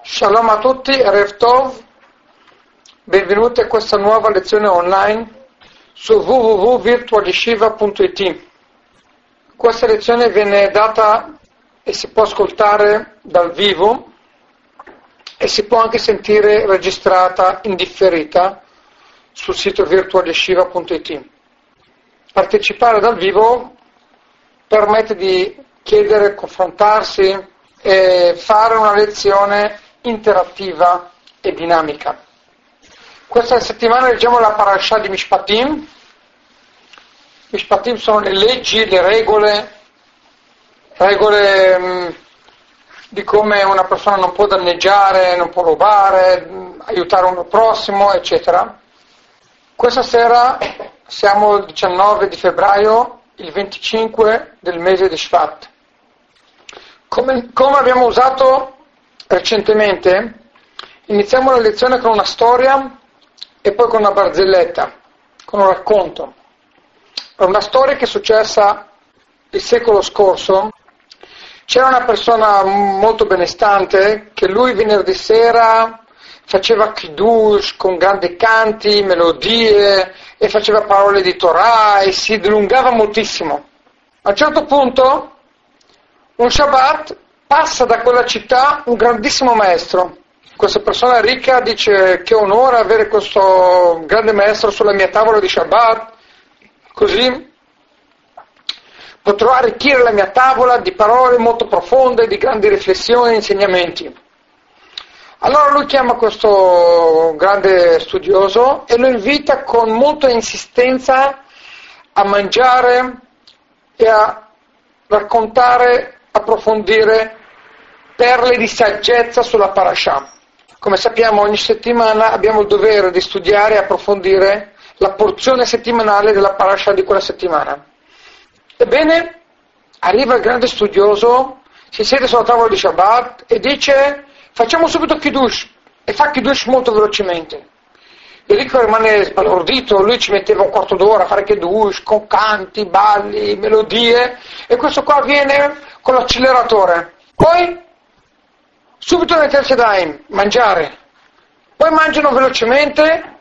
Shalom a tutti, Erev Tov, benvenuti a questa nuova lezione online su www.virtualyeshiva.it. Questa lezione viene data e si può ascoltare dal vivo e si può anche sentire registrata in differita sul sito virtualyeshiva.it. Partecipare dal vivo permette di chiedere, confrontarsi e fare una lezione interattiva e dinamica. Questa settimana leggiamo la parasha di Mishpatim. Mishpatim sono le leggi, le regole di come una persona non può danneggiare, non può rubare, aiutare uno prossimo, eccetera. Questa sera siamo il 19 di febbraio, il 25 del mese di Shvat. Come abbiamo usato recentemente, iniziamo la lezione con una storia e poi con una barzelletta, con un racconto. È una storia che è successa il secolo scorso. C'era una persona molto benestante che lui venerdì sera faceva kiddush con grandi canti, melodie e faceva parole di Torah e si dilungava moltissimo. A un certo punto, un Shabbat, passa da quella città un grandissimo maestro. Questa persona ricca dice: che onore avere questo grande maestro sulla mia tavola di Shabbat, così potrò arricchire la mia tavola di parole molto profonde, di grandi riflessioni e insegnamenti. Allora lui chiama questo grande studioso e lo invita con molta insistenza a mangiare e a raccontare, approfondire perle di saggezza sulla parasha. Come sappiamo, ogni settimana abbiamo il dovere di studiare e approfondire la porzione settimanale della parasha di quella settimana. Ebbene, arriva il grande studioso, si siede sulla tavola di Shabbat e dice: facciamo subito kiddush, e fa kiddush molto velocemente. Il ricco rimane sbalordito, lui ci metteva un quarto d'ora a fare kiddush, con canti, balli, melodie, e questo qua avviene con l'acceleratore. Poi, subito nel Terzedaim, mangiare. Poi mangiano velocemente,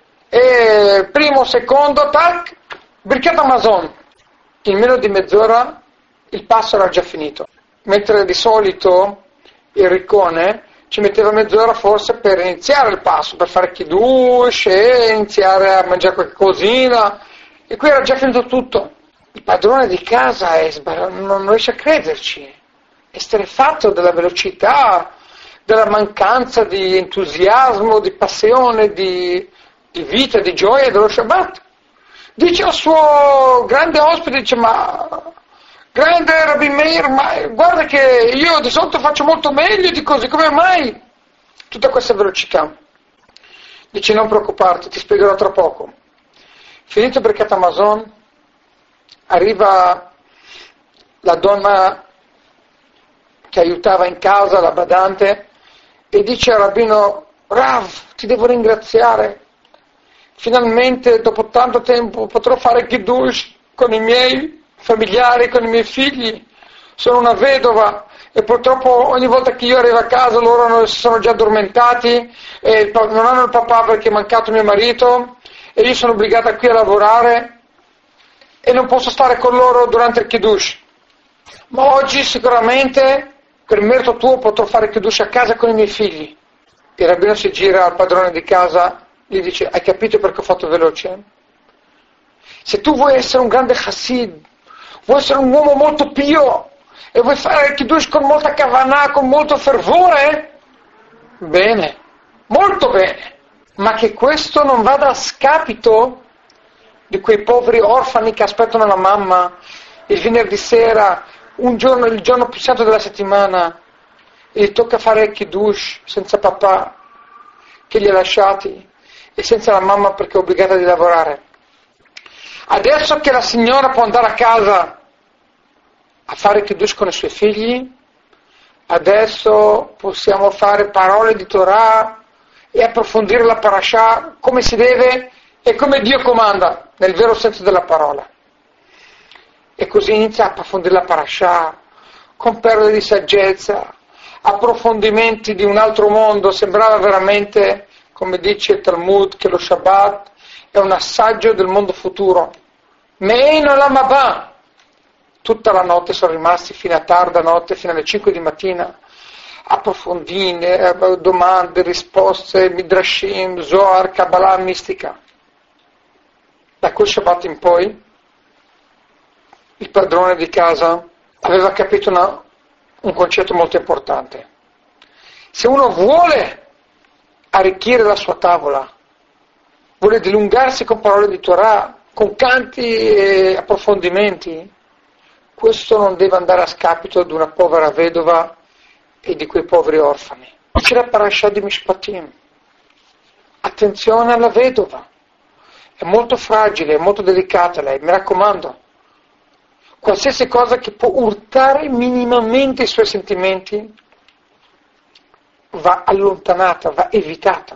e primo, secondo, tac, Birkat Hamazon. In meno di mezz'ora il passo era già finito. Mentre di solito il riccone ci metteva mezz'ora forse per iniziare il passo, per fare kiddush e iniziare a mangiare qualche cosina, e qui era già finito tutto. Il padrone di casa non riesce a crederci, è esterrefatto dalla velocità, della mancanza di entusiasmo, di passione, di vita, di gioia dello Shabbat. Dice al suo grande ospite, dice: ma grande Rabbi Meir, ma guarda che io di solito faccio molto meglio di così, come mai tutta questa velocità? Dice: non preoccuparti, ti spiegherò tra poco. Finito Birkat Hamazon, arriva la donna che aiutava in casa, la badante, e dice al rabbino: Rav, ti devo ringraziare, finalmente dopo tanto tempo potrò fare kiddush con i miei familiari, con i miei figli. Sono una vedova e purtroppo ogni volta che io arrivo a casa loro si sono già addormentati e non hanno il papà perché è mancato mio marito, e io sono obbligata qui a lavorare e non posso stare con loro durante il kiddush. Ma oggi sicuramente, per merito tuo, potrò fare kiddush a casa con i miei figli. Il rabbino si gira al padrone di casa, gli dice: hai capito perché ho fatto veloce? Se tu vuoi essere un grande chassid, vuoi essere un uomo molto pio e vuoi fare kiddush con molta kavanah, con molto fervore, bene, molto bene, ma che questo non vada a scapito di quei poveri orfani che aspettano la mamma il venerdì sera, il giorno più santo della settimana, e gli tocca fare kiddush senza papà che li ha lasciati e senza la mamma perché è obbligata di lavorare. Adesso che la signora può andare a casa a fare kiddush con i suoi figli, adesso possiamo fare parole di Torah e approfondire la parasha come si deve e come Dio comanda, nel vero senso della parola. E così inizia a approfondire la parasha con perle di saggezza, approfondimenti di un altro mondo, sembrava veramente, come dice il Talmud, che lo Shabbat è un assaggio del mondo futuro. Mein olam haba. Tutta la notte sono rimasti fino a tarda notte, fino alle 5 di mattina, approfondine, domande, risposte, Midrashim, Zohar, Kabbalah, mistica. Da quel Shabbat in poi il padrone di casa aveva capito un concetto molto importante. Se uno vuole arricchire la sua tavola, vuole dilungarsi con parole di Torah, con canti e approfondimenti, questo non deve andare a scapito di una povera vedova e di quei poveri orfani. C'è la parasha di Mishpatim. Attenzione alla vedova. È molto fragile, è molto delicata lei, mi raccomando. Qualsiasi cosa che può urtare minimamente i suoi sentimenti va allontanata, va evitata.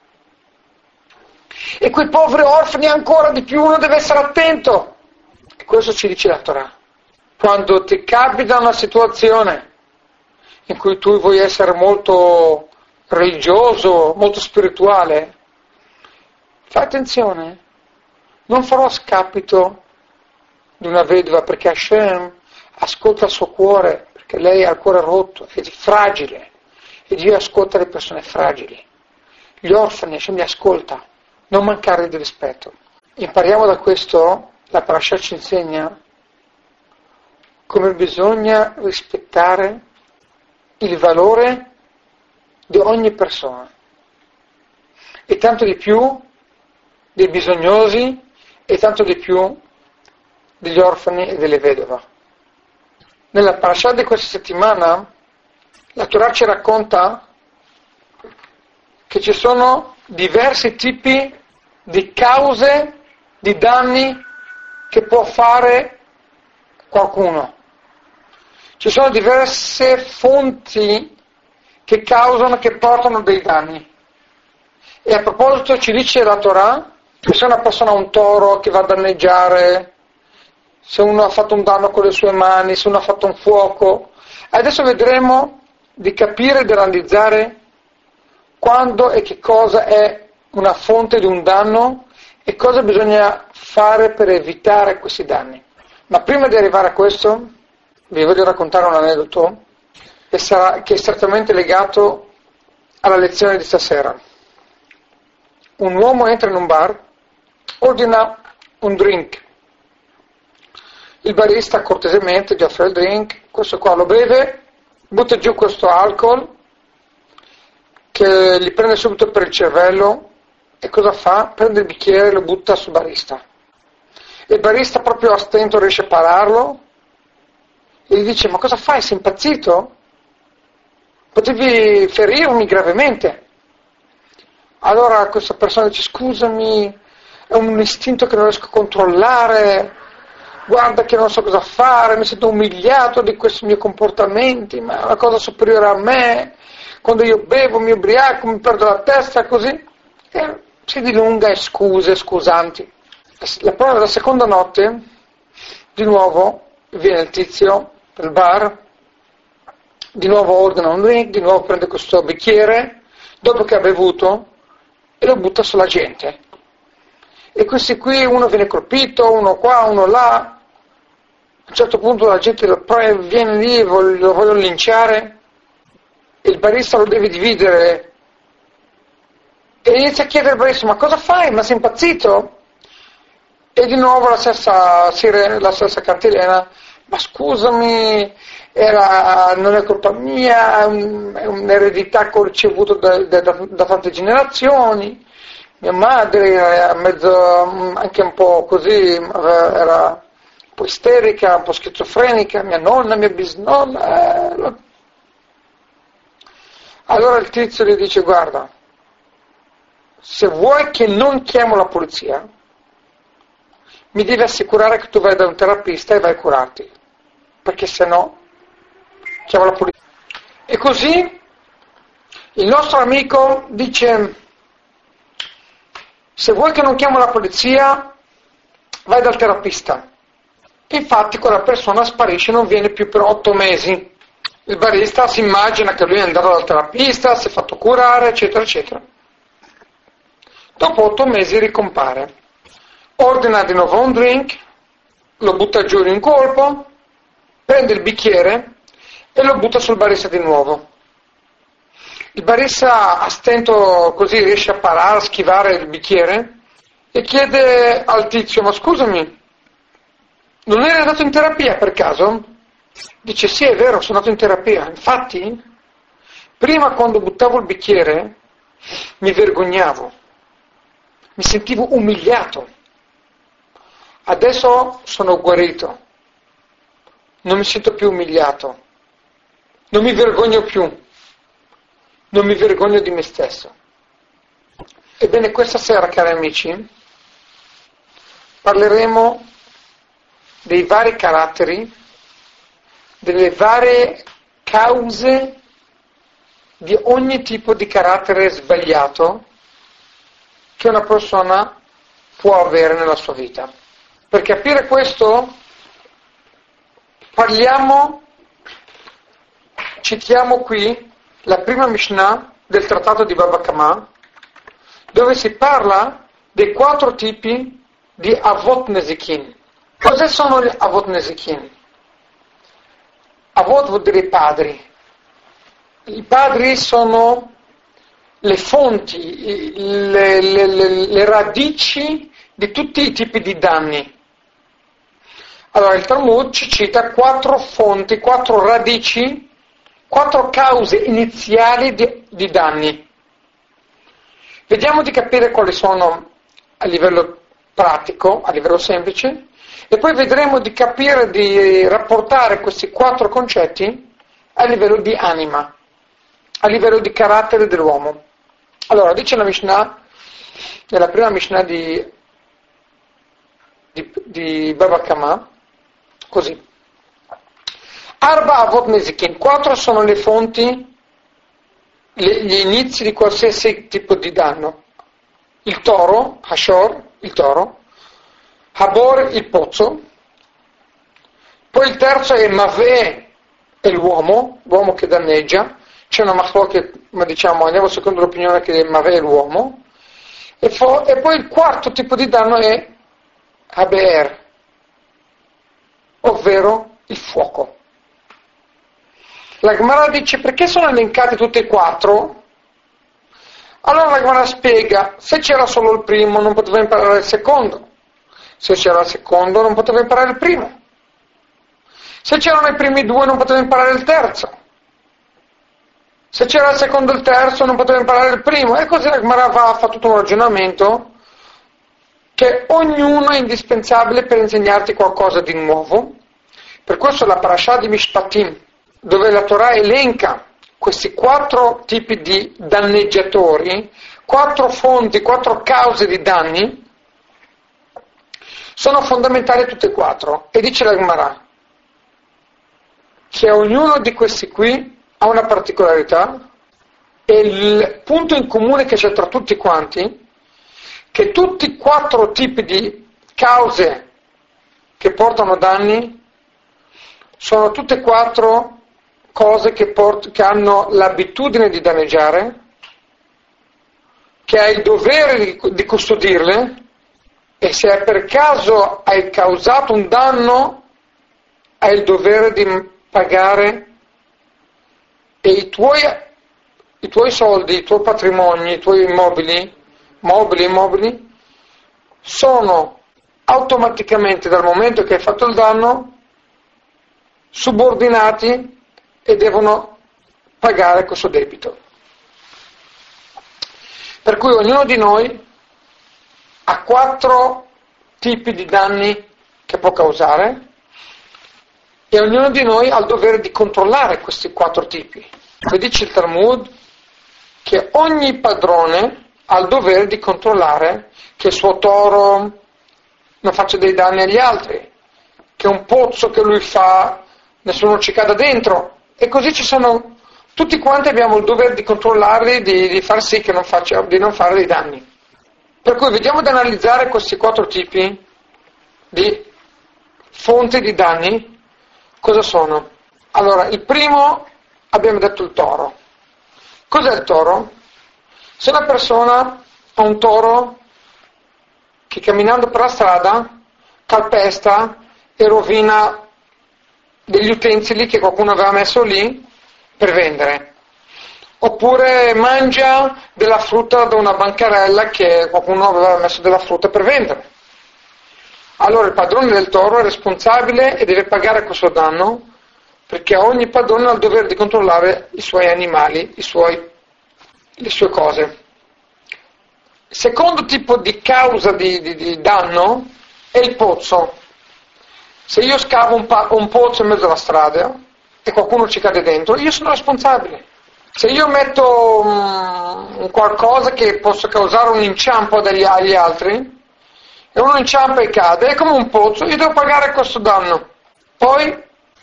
E quei poveri orfani ancora di più, uno deve essere attento. E questo ci dice la Torah. Quando ti capita una situazione in cui tu vuoi essere molto religioso, molto spirituale, fai attenzione, non farò scapito di una vedova, perché Hashem ascolta il suo cuore, perché lei ha il cuore rotto, è fragile, e Dio ascolta le persone fragili. Gli orfani, Hashem li ascolta, non mancare di rispetto. Impariamo da questo, la parasha ci insegna come bisogna rispettare il valore di ogni persona, e tanto di più dei bisognosi, e tanto di più degli orfani e delle vedove. Nella parasha di questa settimana la Torah ci racconta che ci sono diversi tipi di cause, di danni che può fare qualcuno. Ci sono diverse fonti che causano, che portano dei danni. E a proposito ci dice la Torah che se una persona ha un toro che va a danneggiare, se uno ha fatto un danno con le sue mani, se uno ha fatto un fuoco, adesso vedremo di capire e di analizzare quando e che cosa è una fonte di un danno e cosa bisogna fare per evitare questi danni. Ma prima di arrivare a questo vi voglio raccontare un aneddoto che è strettamente legato alla lezione di stasera. Un uomo entra in un bar, ordina un drink. Il barista cortesemente gli offre il drink, questo qua lo beve, butta giù questo alcol che gli prende subito per il cervello, e cosa fa? Prende il bicchiere e lo butta sul barista. Il barista, proprio a stento, riesce a pararlo e gli dice: ma cosa fai? Sei impazzito? Potevi ferirmi gravemente. Allora questa persona dice: scusami, è un istinto che non riesco a controllare, guarda che non so cosa fare, mi sento umiliato di questi miei comportamenti, ma è una cosa superiore a me, quando io bevo mi ubriaco, mi perdo la testa, così, e si dilunga, e scusanti. La seconda notte, di nuovo, viene il tizio del bar, di nuovo ordina un drink, di nuovo prende questo bicchiere, dopo che ha bevuto, e lo butta sulla gente. E questi qui, uno viene colpito, uno qua, uno là. A un certo punto la gente viene lì, lo vogliono linciare, e il barista lo deve dividere. E inizia a chiedere al barista: ma cosa fai? Ma sei impazzito? E di nuovo la stessa cantilena: ma scusami, non è colpa mia, è un'eredità che ho ricevuto da tante generazioni. Mia madre era anche un po' così, era un po' isterica, un po' schizofrenica, mia nonna, mia bisnonna. Allora il tizio gli dice: guarda, se vuoi che non chiamo la polizia, mi devi assicurare che tu vai da un terapista e vai a curarti, perché se no chiamo la polizia. E così il nostro amico dice: se vuoi che non chiamo la polizia, vai dal terapista. Infatti quella persona sparisce, non viene più per 8 mesi. Il barista si immagina che lui è andato dal terapista, si è fatto curare, eccetera, eccetera. Dopo 8 mesi ricompare, ordina di nuovo un drink, lo butta giù in un colpo, prende il bicchiere e lo butta sul barista di nuovo. Il barista, a stento così, riesce a parare, a schivare il bicchiere e chiede al tizio: ma scusami, non eri andato in terapia per caso? Dice: sì, è vero, sono andato in terapia. Infatti, prima quando buttavo il bicchiere mi vergognavo, mi sentivo umiliato. Adesso sono guarito, non mi sento più umiliato, non mi vergogno più, non mi vergogno di me stesso. Ebbene, questa sera, cari amici, parleremo dei vari caratteri, delle varie cause di ogni tipo di carattere sbagliato che una persona può avere nella sua vita. Per capire questo citiamo qui la prima Mishnah del trattato di Baba Kama, dove si parla dei 4 tipi di Avot Nezikin. Cosa sono gli Avot Nezikin? Avot vuol dire padri. I padri sono le fonti, le radici di tutti i tipi di danni. Allora il Talmud ci cita 4 fonti, 4 radici, 4 cause iniziali di danni. Vediamo di capire quali sono a livello pratico, a livello semplice, e poi vedremo di capire, di rapportare questi 4 concetti a livello di anima, a livello di carattere dell'uomo. Allora, dice la Mishnah, nella prima Mishnah di Baba Kama, così: Arba Avot Nezikin, 4 sono le fonti, gli inizi di qualsiasi tipo di danno. Il toro, Hashor, il toro, Habor, il pozzo, poi il terzo è Maveh, è l'uomo che danneggia. C'è una machloket, ma diciamo, andiamo secondo l'opinione che Maveh è l'uomo, e poi il quarto tipo di danno è Haber, ovvero il fuoco. La Gemara dice: perché sono elencati tutti e 4? Allora la Gemara spiega: se c'era solo il primo non poteva imparare il secondo, se c'era il secondo non poteva imparare il primo, se c'erano i primi 2 non poteva imparare il terzo, se c'era il secondo e il terzo non poteva imparare il primo, e così la Gemara fa tutto un ragionamento che ognuno è indispensabile per insegnarti qualcosa di nuovo. Per questo la parasha di Mishpatim, dove la Torah elenca questi 4 tipi di danneggiatori, 4 fonti, 4 cause di danni, sono fondamentali tutte e 4. E dice la Gemara che ognuno di questi qui ha una particolarità, e il punto in comune che c'è tra tutti quanti, che tutti i 4 tipi di cause che portano danni sono tutte e 4 cose che hanno l'abitudine di danneggiare, che hai il dovere di custodirle, e se per caso hai causato un danno hai il dovere di pagare, e i tuoi soldi, i tuoi patrimoni, i tuoi immobili sono automaticamente, dal momento che hai fatto il danno, subordinati e devono pagare questo debito. Per cui ognuno di noi ha 4 tipi di danni che può causare, e ognuno di noi ha il dovere di controllare questi 4 tipi. Poi dice il Talmud che ogni padrone ha il dovere di controllare che il suo toro non faccia dei danni agli altri, che un pozzo che lui fa nessuno ci cada dentro, e così ci sono, tutti quanti abbiamo il dovere di controllarli, di far sì che di non fare dei danni. Per cui vediamo di analizzare questi 4 tipi di fonti di danni. Cosa sono? Allora, il primo abbiamo detto il toro. Cos'è il toro? Se una persona ha un toro che camminando per la strada calpesta e rovina degli utensili che qualcuno aveva messo lì per vendere, oppure mangia della frutta da una bancarella che qualcuno aveva messo della frutta per vendere, allora il padrone del toro è responsabile e deve pagare questo danno, perché ogni padrone ha il dovere di controllare i suoi animali, le sue cose. Il secondo tipo di causa di danno è il pozzo. Se io scavo un pozzo in mezzo alla strada e qualcuno ci cade dentro, io sono responsabile. Se io metto un qualcosa che possa causare un inciampo agli altri, e uno inciampa e cade, è come un pozzo, io devo pagare questo danno. Poi,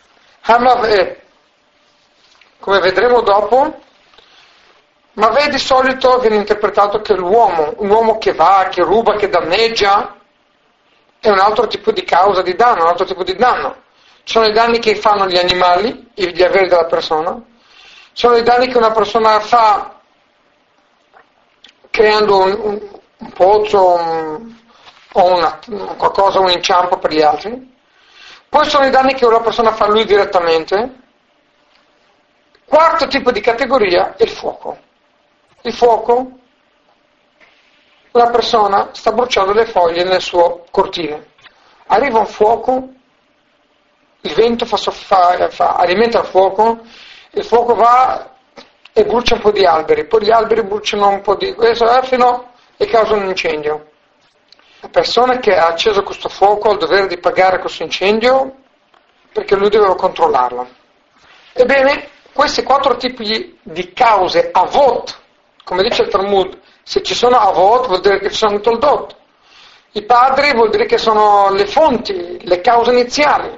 come vedremo dopo, Mavè di solito viene interpretato che un uomo che va, che ruba, che danneggia, è un altro tipo di causa di danno, un altro tipo di danno. Ci sono i danni che fanno gli animali, gli averi della persona, sono i danni che una persona fa creando un pozzo o qualcosa, un inciampo per gli altri. Poi sono i danni che una persona fa lui direttamente. Quarto tipo di categoria è il fuoco. Il fuoco, una persona sta bruciando le foglie nel suo cortile. Arriva un fuoco, il vento alimenta il fuoco va e brucia un po' di alberi, poi gli alberi bruciano un po' di questo e causa un incendio. La persona che ha acceso questo fuoco ha il dovere di pagare questo incendio perché lui doveva controllarlo. Ebbene, questi 4 tipi di cause avot, come dice il Talmud, se ci sono avot vuol dire che ci sono toldot. I padri vuol dire che sono le fonti, le cause iniziali.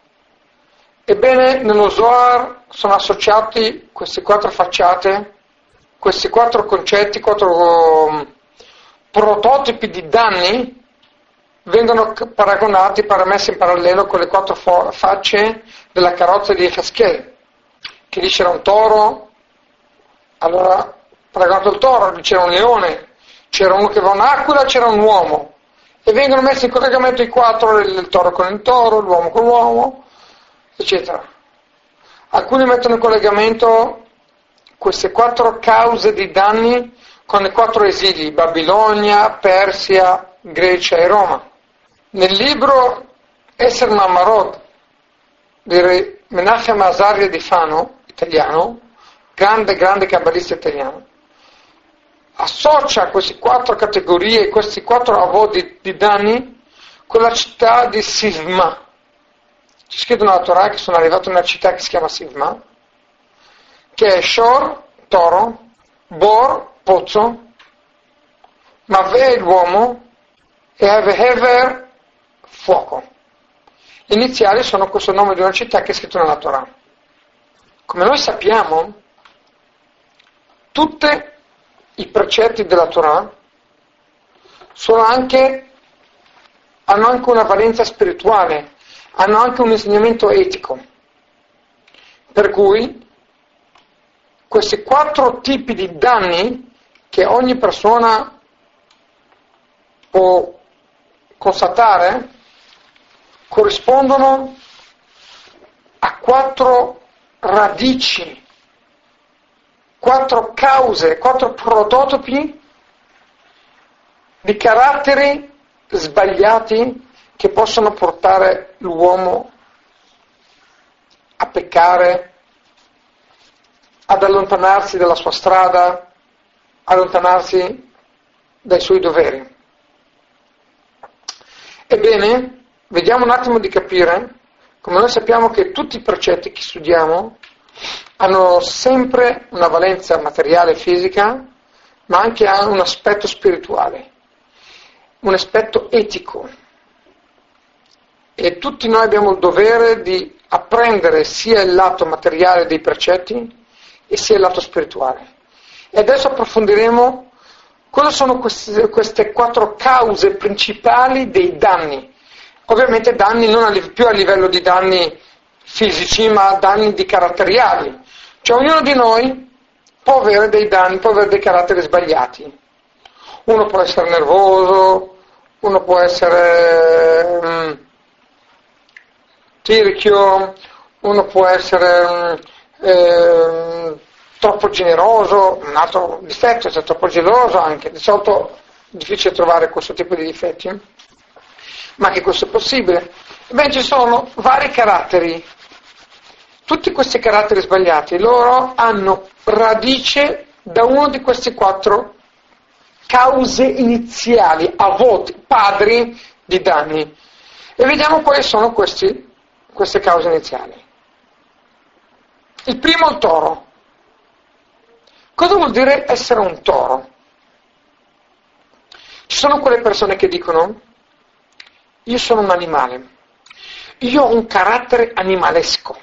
Ebbene, nello Zohar sono associati queste 4 facciate, questi 4 concetti, 4 prototipi di danni vengono paragonati, messi in parallelo con le 4 facce della carrozza di Ezechiele, che lì c'era un toro, allora paragonato al toro, lì c'era un leone, c'era uno che aveva un'aquila, c'era un uomo, e vengono messi in collegamento i 4, il toro con il toro, l'uomo con l'uomo, eccetera. Alcuni mettono in collegamento queste 4 cause di danni con i 4 esili, Babilonia, Persia, Grecia e Roma. Nel libro Esser Mamarot di Menachem Azaria di Fano, italiano, grande cabbalista italiano, associa queste 4 categorie, questi 4 avodi di danni con la città di Sivma. Ci scrive nella Torah che sono arrivato in una città che si chiama Sivma, che è Shor, toro, Bor, pozzo, Maveh, l'uomo, e Hever, fuoco. Gli iniziali sono questo nome di una città che è scritto nella Torah. Come noi sappiamo, tutti i precetti della Torah hanno anche una valenza spirituale, hanno anche un insegnamento etico. Per cui questi 4 tipi di danni che ogni persona può constatare corrispondono a 4 radici, 4 cause, 4 prototipi di caratteri sbagliati che possono portare l'uomo a peccare, ad allontanarsi dalla sua strada, allontanarsi dai suoi doveri. Ebbene, vediamo un attimo di capire, come noi sappiamo che tutti i precetti che studiamo hanno sempre una valenza materiale e fisica, ma anche hanno un aspetto spirituale, un aspetto etico. E tutti noi abbiamo il dovere di apprendere sia il lato materiale dei precetti e sia il lato spirituale. E adesso approfondiremo cosa sono queste 4 cause principali dei danni. Ovviamente danni non più a livello di danni fisici, ma danni di caratteriali. Cioè ognuno di noi può avere dei danni, può avere dei caratteri sbagliati. Uno può essere nervoso, uno può essere tirchio, uno può essere troppo generoso, un altro difetto è essere troppo geloso anche. Di solito è difficile trovare questo tipo di difetti, ma anche questo è possibile. Ebbene, ci sono vari caratteri. Tutti questi caratteri sbagliati, loro hanno radice da uno di questi 4 cause iniziali, avoti, padri di danni. E vediamo quali sono queste cause iniziali. Il primo è il toro. Cosa vuol dire essere un toro? Ci sono quelle persone che dicono: io sono un animale, io ho un carattere animalesco,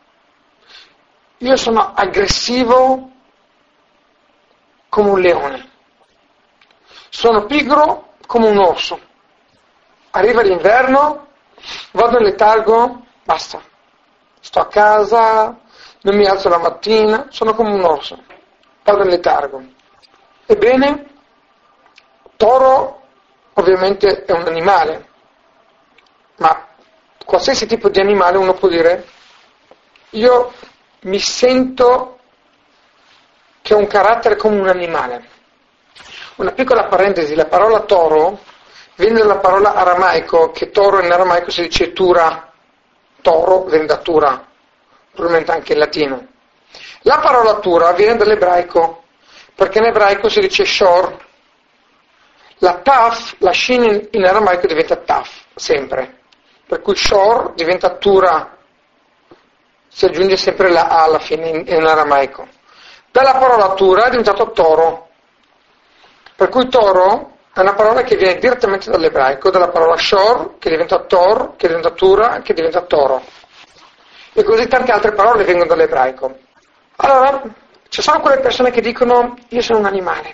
io sono aggressivo come un leone, sono pigro come un orso, arriva l'inverno, vado in letargo, basta, sto a casa, non mi alzo la mattina, sono come un orso, vado in letargo. Ebbene, toro ovviamente è un animale, ma qualsiasi tipo di animale uno può dire: io mi sento che ho un carattere come un animale. Una piccola parentesi, la parola toro viene dalla parola aramaico, che toro in aramaico si dice tura, toro viene da tura, probabilmente anche in latino. La parola tura viene dall'ebraico, perché in ebraico si dice shor. La taf, la shin in aramaico diventa taf, sempre. Per cui shor diventa tura, si aggiunge sempre la a alla fine in aramaico. Dalla parola tura è diventato toro. Per cui toro è una parola che viene direttamente dall'ebraico, dalla parola shor, che diventa tor, che diventa tura, che diventa toro. E così tante altre parole vengono dall'ebraico. Allora, ci sono quelle persone che dicono: io sono un animale.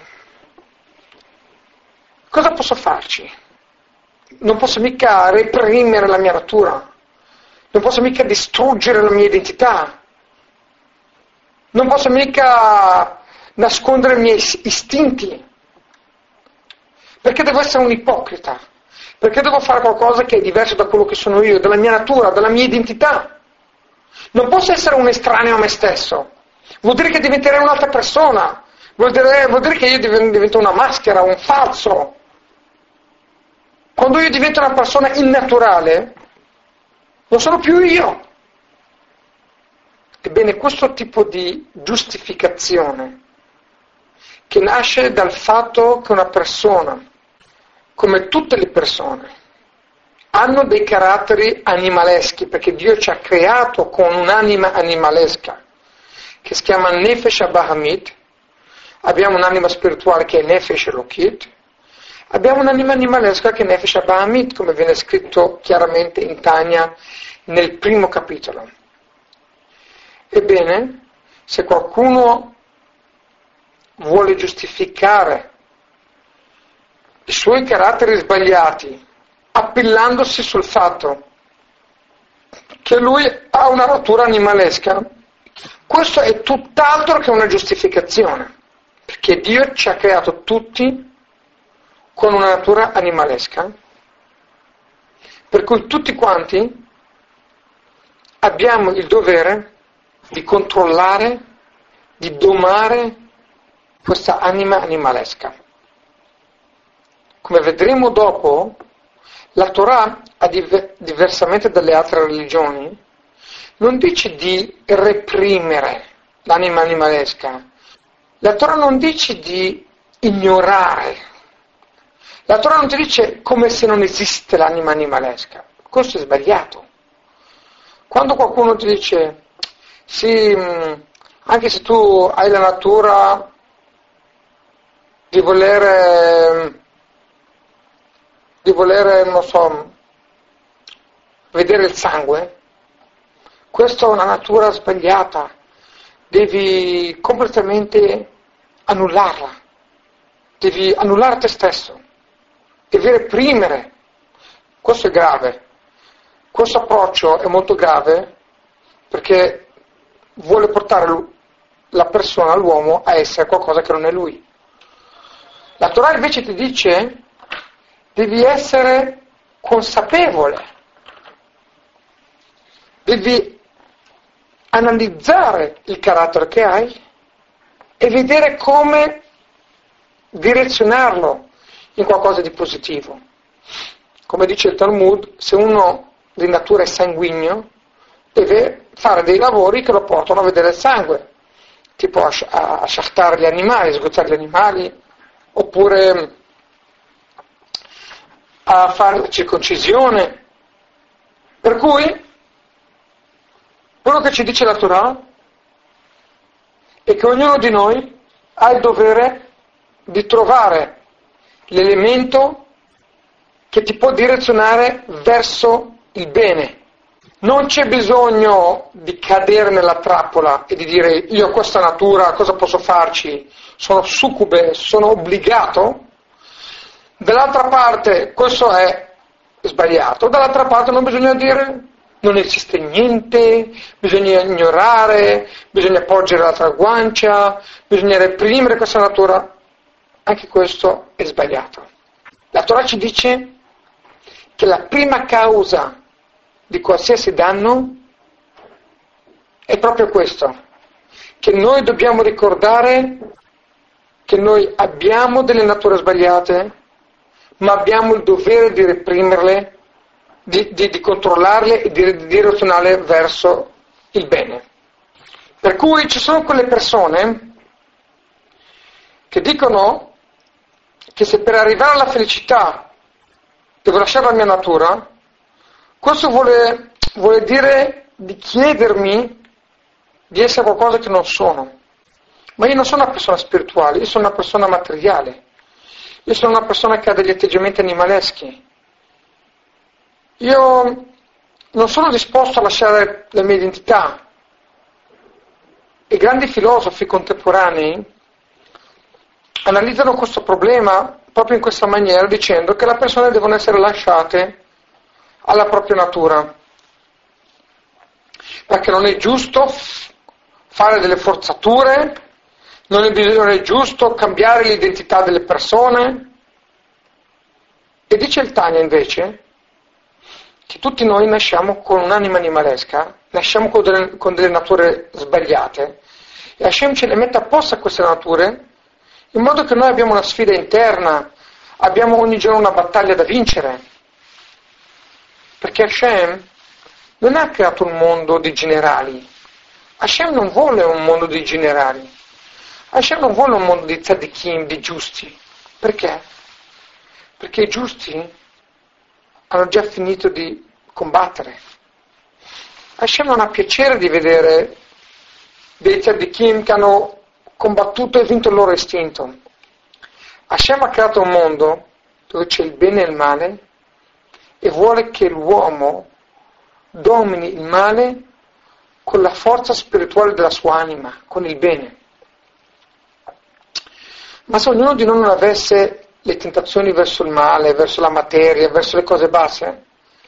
Cosa posso farci? Non posso mica reprimere la mia natura, non posso mica distruggere la mia identità, non posso mica nascondere i miei istinti. Perché devo essere un ipocrita? Perché devo fare qualcosa che è diverso da quello che sono io, dalla mia natura, dalla mia identità? Non posso essere un estraneo a me stesso. Vuol dire che diventerei un'altra persona. Vuol dire che io divento una maschera, un falso. Quando io divento una persona innaturale, non sono più io. Ebbene, questo tipo di giustificazione, che nasce dal fatto che una persona, come tutte le persone, hanno dei caratteri animaleschi, perché Dio ci ha creato con un'anima animalesca, che si chiama Nefesh Abahamit. Abbiamo un'anima spirituale che è Nefesh Elokit, abbiamo un'anima animalesca che è Nefesh Abahamit, come viene scritto chiaramente in Tanya nel primo capitolo. Ebbene, se qualcuno vuole giustificare i suoi caratteri sbagliati appellandosi sul fatto che lui ha una natura animalesca, questo è tutt'altro che una giustificazione, perché Dio ci ha creato tutti con una natura animalesca, per cui tutti quanti abbiamo il dovere di controllare, di domare questa anima animalesca. Come vedremo dopo, la Torah, diversamente dalle altre religioni, non dice di reprimere l'anima animalesca. La Torah non dice di ignorare. La Torah non ti dice come se non esiste l'anima animalesca. Questo è sbagliato. Quando qualcuno ti dice: sì, anche se tu hai la natura di volere, non so, vedere il sangue, questa è una natura sbagliata, devi completamente annullarla, devi annullare te stesso, devi reprimere. Questo è grave. Questo approccio è molto grave perché vuole portare la persona, l'uomo, a essere qualcosa che non è lui. La Torah invece ti dice devi essere consapevole, devi analizzare il carattere che hai e vedere come direzionarlo in qualcosa di positivo. Come dice il Talmud, se uno di natura è sanguigno, deve fare dei lavori che lo portano a vedere il sangue, tipo a sciattare gli animali, a sgozzare gli animali, oppure a fare la circoncisione. Per cui, quello che ci dice la Torah è che ognuno di noi ha il dovere di trovare l'elemento che ti può direzionare verso il bene. Non c'è bisogno di cadere nella trappola e di dire io ho questa natura, cosa posso farci? Sono succube, sono obbligato. Dall'altra parte questo è sbagliato, dall'altra parte non bisogna dire non esiste niente, bisogna ignorare, bisogna porgere l'altra guancia, bisogna reprimere questa natura. Anche questo è sbagliato. La Torah ci dice che la prima causa di qualsiasi danno è proprio questo, che noi dobbiamo ricordare che noi abbiamo delle nature sbagliate, ma abbiamo il dovere di reprimerle, di controllarle e di direzionarle verso il bene. Per cui ci sono quelle persone che dicono che se per arrivare alla felicità devo lasciare la mia natura, questo vuole dire di chiedermi di essere qualcosa che non sono. Ma io non sono una persona spirituale, io sono una persona materiale, io sono una persona che ha degli atteggiamenti animaleschi. Io non sono disposto a lasciare la mia identità. I grandi filosofi contemporanei analizzano questo problema proprio in questa maniera, dicendo che le persone devono essere lasciate alla propria natura, perché non è giusto fare delle forzature, non è giusto cambiare l'identità delle persone. E dice il Tanya invece che tutti noi nasciamo con un'anima animalesca, nasciamo con delle nature sbagliate, e Hashem ce le mette apposta queste nature, in modo che noi abbiamo una sfida interna, abbiamo ogni giorno una battaglia da vincere. Perché Hashem non ha creato un mondo di generali. Hashem non vuole un mondo di generali. Hashem non vuole un mondo di tzadikim, di giusti. Perché? Perché i giusti hanno già finito di combattere. Hashem non ha piacere di vedere dei tzadikim che hanno combattuto e vinto il loro istinto. Hashem ha creato un mondo dove c'è il bene e il male e vuole che l'uomo domini il male con la forza spirituale della sua anima, con il bene. Ma se ognuno di noi non avesse le tentazioni verso il male, verso la materia, verso le cose basse,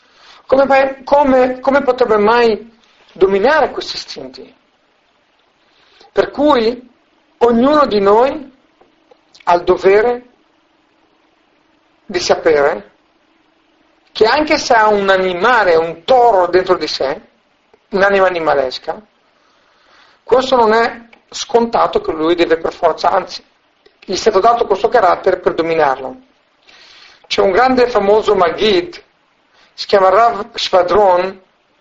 come potrebbe mai dominare questi istinti? Per cui ognuno di noi ha il dovere di sapere che anche se ha un animale, un toro dentro di sé, un'anima animalesca, questo non è scontato che lui deve per forza, anzi, gli è stato dato questo carattere per dominarlo. C'è un grande famoso Maggid, si chiama Rav Shvadron.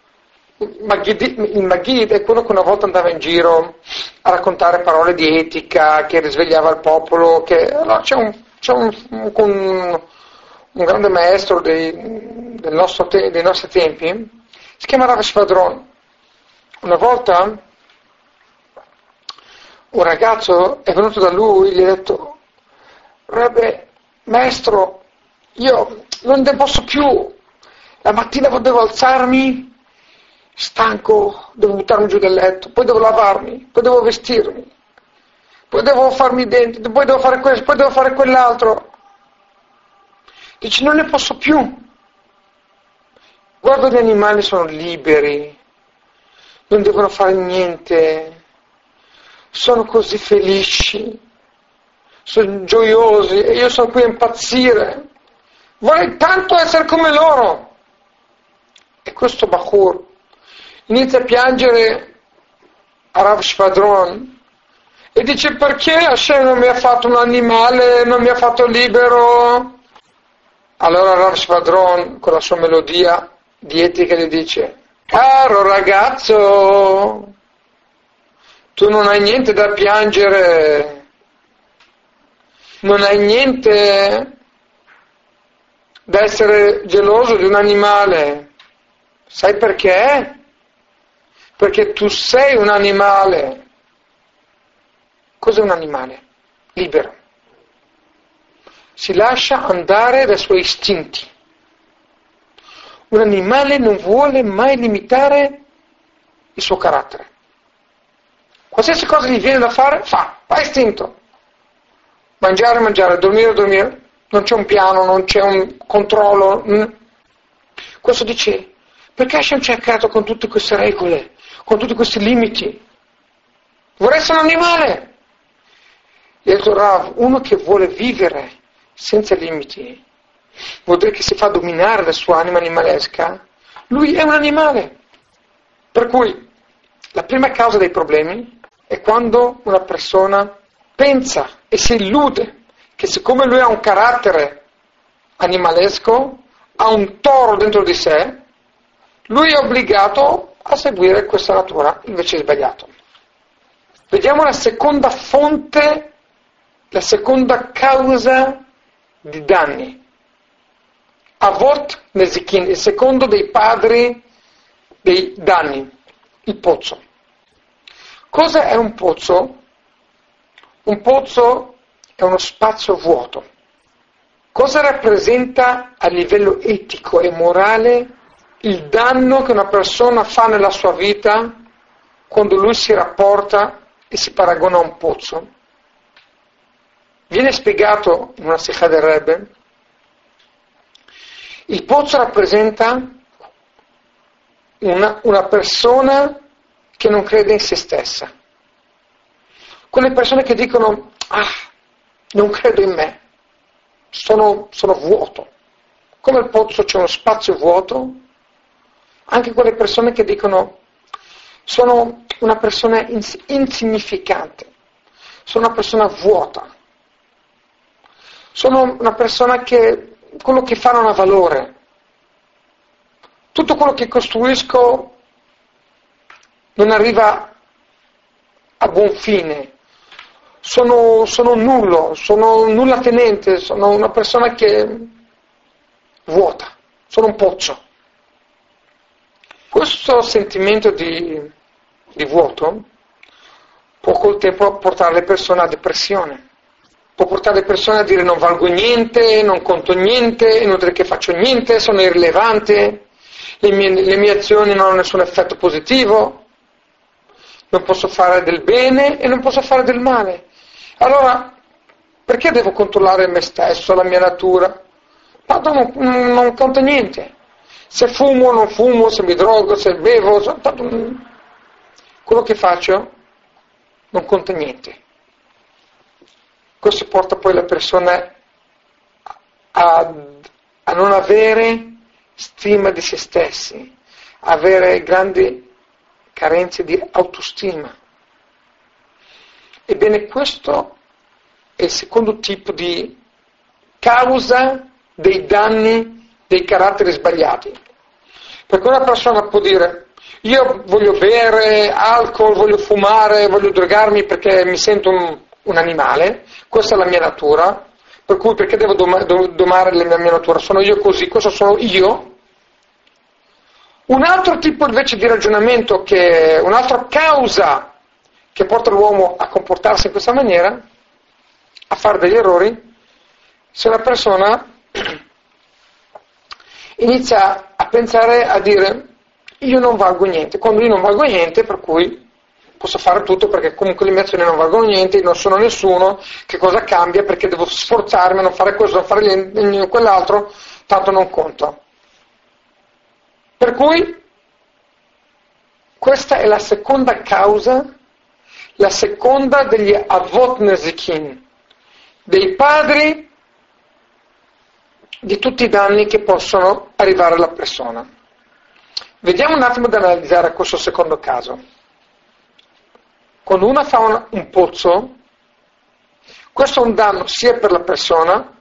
Il Maggid è quello che una volta andava in giro a raccontare parole di etica, che risvegliava il popolo, allora c'è un grande maestro dei nostri tempi, si chiama Rav Shvadron. Una volta un ragazzo è venuto da lui e gli ha detto: Rabbe, maestro, io non ne posso più, la mattina devo alzarmi stanco, devo buttarmi giù dal letto, poi devo lavarmi, poi devo vestirmi, poi devo farmi i denti, poi devo fare questo, poi devo fare quell'altro. Dice: non ne posso più. Guardo, gli animali sono liberi, non devono fare niente, sono così felici, sono gioiosi e io sono qui a impazzire, vorrei tanto essere come loro. E questo Bachur inizia a piangere a Rav Shvadron e dice: perché Hashem non mi ha fatto un animale, non mi ha fatto libero? Allora Rav Shvadron con la sua melodia di etica gli dice: caro ragazzo, tu non hai niente da piangere, non hai niente da essere geloso di un animale. Sai perché? Perché tu sei un animale. Cos'è un animale? Libero. Si lascia andare dai suoi istinti. Un animale non vuole mai limitare il suo carattere. Qualsiasi cosa gli viene da fare, fa istinto. Mangiare, dormire. Non c'è un piano, non c'è un controllo. Questo dice: perché Hashem ci ha creato con tutte queste regole, con tutti questi limiti? Vorrei essere un animale. E ha detto Rav, uno che vuole vivere senza limiti, vuol dire che si fa dominare dalla sua anima animalesca, lui è un animale. Per cui la prima causa dei problemi è quando una persona pensa e si illude che siccome lui ha un carattere animalesco, ha un toro dentro di sé, lui è obbligato a seguire questa natura, invece è sbagliato. Vediamo la seconda fonte, la seconda causa di danni. Avot Nezikin, il secondo dei padri dei danni, il pozzo. Cosa è un pozzo? Un pozzo è uno spazio vuoto. Cosa rappresenta a livello etico e morale il danno che una persona fa nella sua vita quando lui si rapporta e si paragona a un pozzo? Viene spiegato in una Sikha del Rebbe. Il pozzo rappresenta una persona che non crede in se stessa. Quelle persone che dicono: non credo in me, sono vuoto. Come il pozzo c'è uno spazio vuoto, anche quelle persone che dicono: sono una persona insignificante, sono una persona vuota, sono una persona che quello che fa non ha valore, tutto quello che costruisco non arriva a buon fine, sono nullo, sono nulla tenente, sono una persona che vuota, sono un pozzo. Questo sentimento di vuoto può col tempo portare le persone a depressione, può portare le persone a dire: non valgo niente, non conto niente, è inutile che faccio niente, sono irrilevante, le mie azioni non hanno nessun effetto positivo, non posso fare del bene e non posso fare del male. Allora, perché devo controllare me stesso, la mia natura? Tanto non conta niente. Se fumo, non fumo, se mi drogo, se bevo, tanto quello che faccio non conta niente. Questo porta poi le persone a non avere stima di se stessi, avere grandi carenze di autostima. Ebbene, questo è il secondo tipo di causa dei danni dei caratteri sbagliati. Perché una persona può dire: io voglio bere alcol, voglio fumare, voglio drogarmi perché mi sento un animale, questa è la mia natura, per cui perché devo domare la mia natura? Sono io così, questo sono io. Un altro tipo invece di ragionamento, un'altra causa che porta l'uomo a comportarsi in questa maniera, a fare degli errori, se una persona inizia a pensare, a dire: io non valgo niente, quando io non valgo niente, per cui posso fare tutto perché comunque le mie azioni non valgono niente, io non sono nessuno, che cosa cambia, perché devo sforzarmi a non fare questo, a non fare quell'altro, tanto non conto. Per cui questa è la seconda causa, la seconda degli avot nezikin, dei padri di tutti i danni che possono arrivare alla persona. Vediamo un attimo ad analizzare questo secondo caso. Quando uno fa un pozzo, questo è un danno sia per la persona,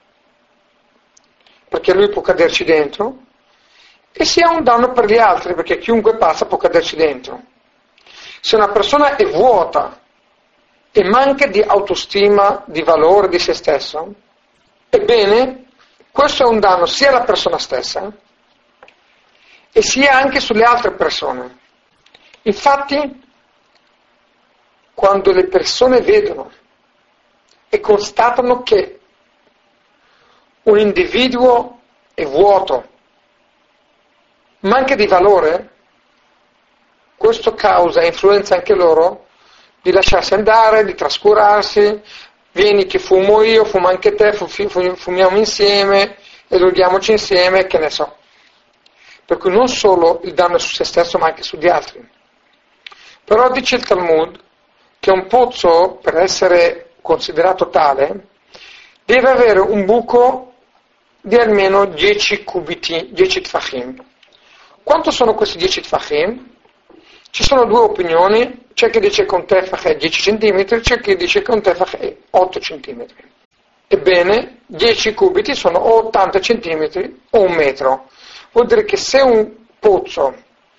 perché lui può caderci dentro, e sia un danno per gli altri, perché chiunque passa può caderci dentro. Se una persona è vuota e manca di autostima, di valore di se stesso, ebbene, questo è un danno sia alla persona stessa e sia anche sulle altre persone. Infatti, quando le persone vedono e constatano che un individuo è vuoto, manca di valore, questo causa e influenza anche loro di lasciarsi andare, di trascurarsi, vieni che fumo io, fuma anche te, fumiamo insieme, eloghiamoci insieme, che ne so. Per cui non solo il danno è su se stesso, ma anche sugli altri. Però dice il Talmud che un pozzo, per essere considerato tale, deve avere un buco di almeno 10 cubiti, 10 tfachim. Quanto sono questi 10 tfachim? Ci sono due opinioni, c'è chi dice che un tefach è 10 cm, c'è chi dice che un tefach è 8 cm. Ebbene, 10 cubiti sono o 80 cm o un metro. Vuol dire che se un pozzo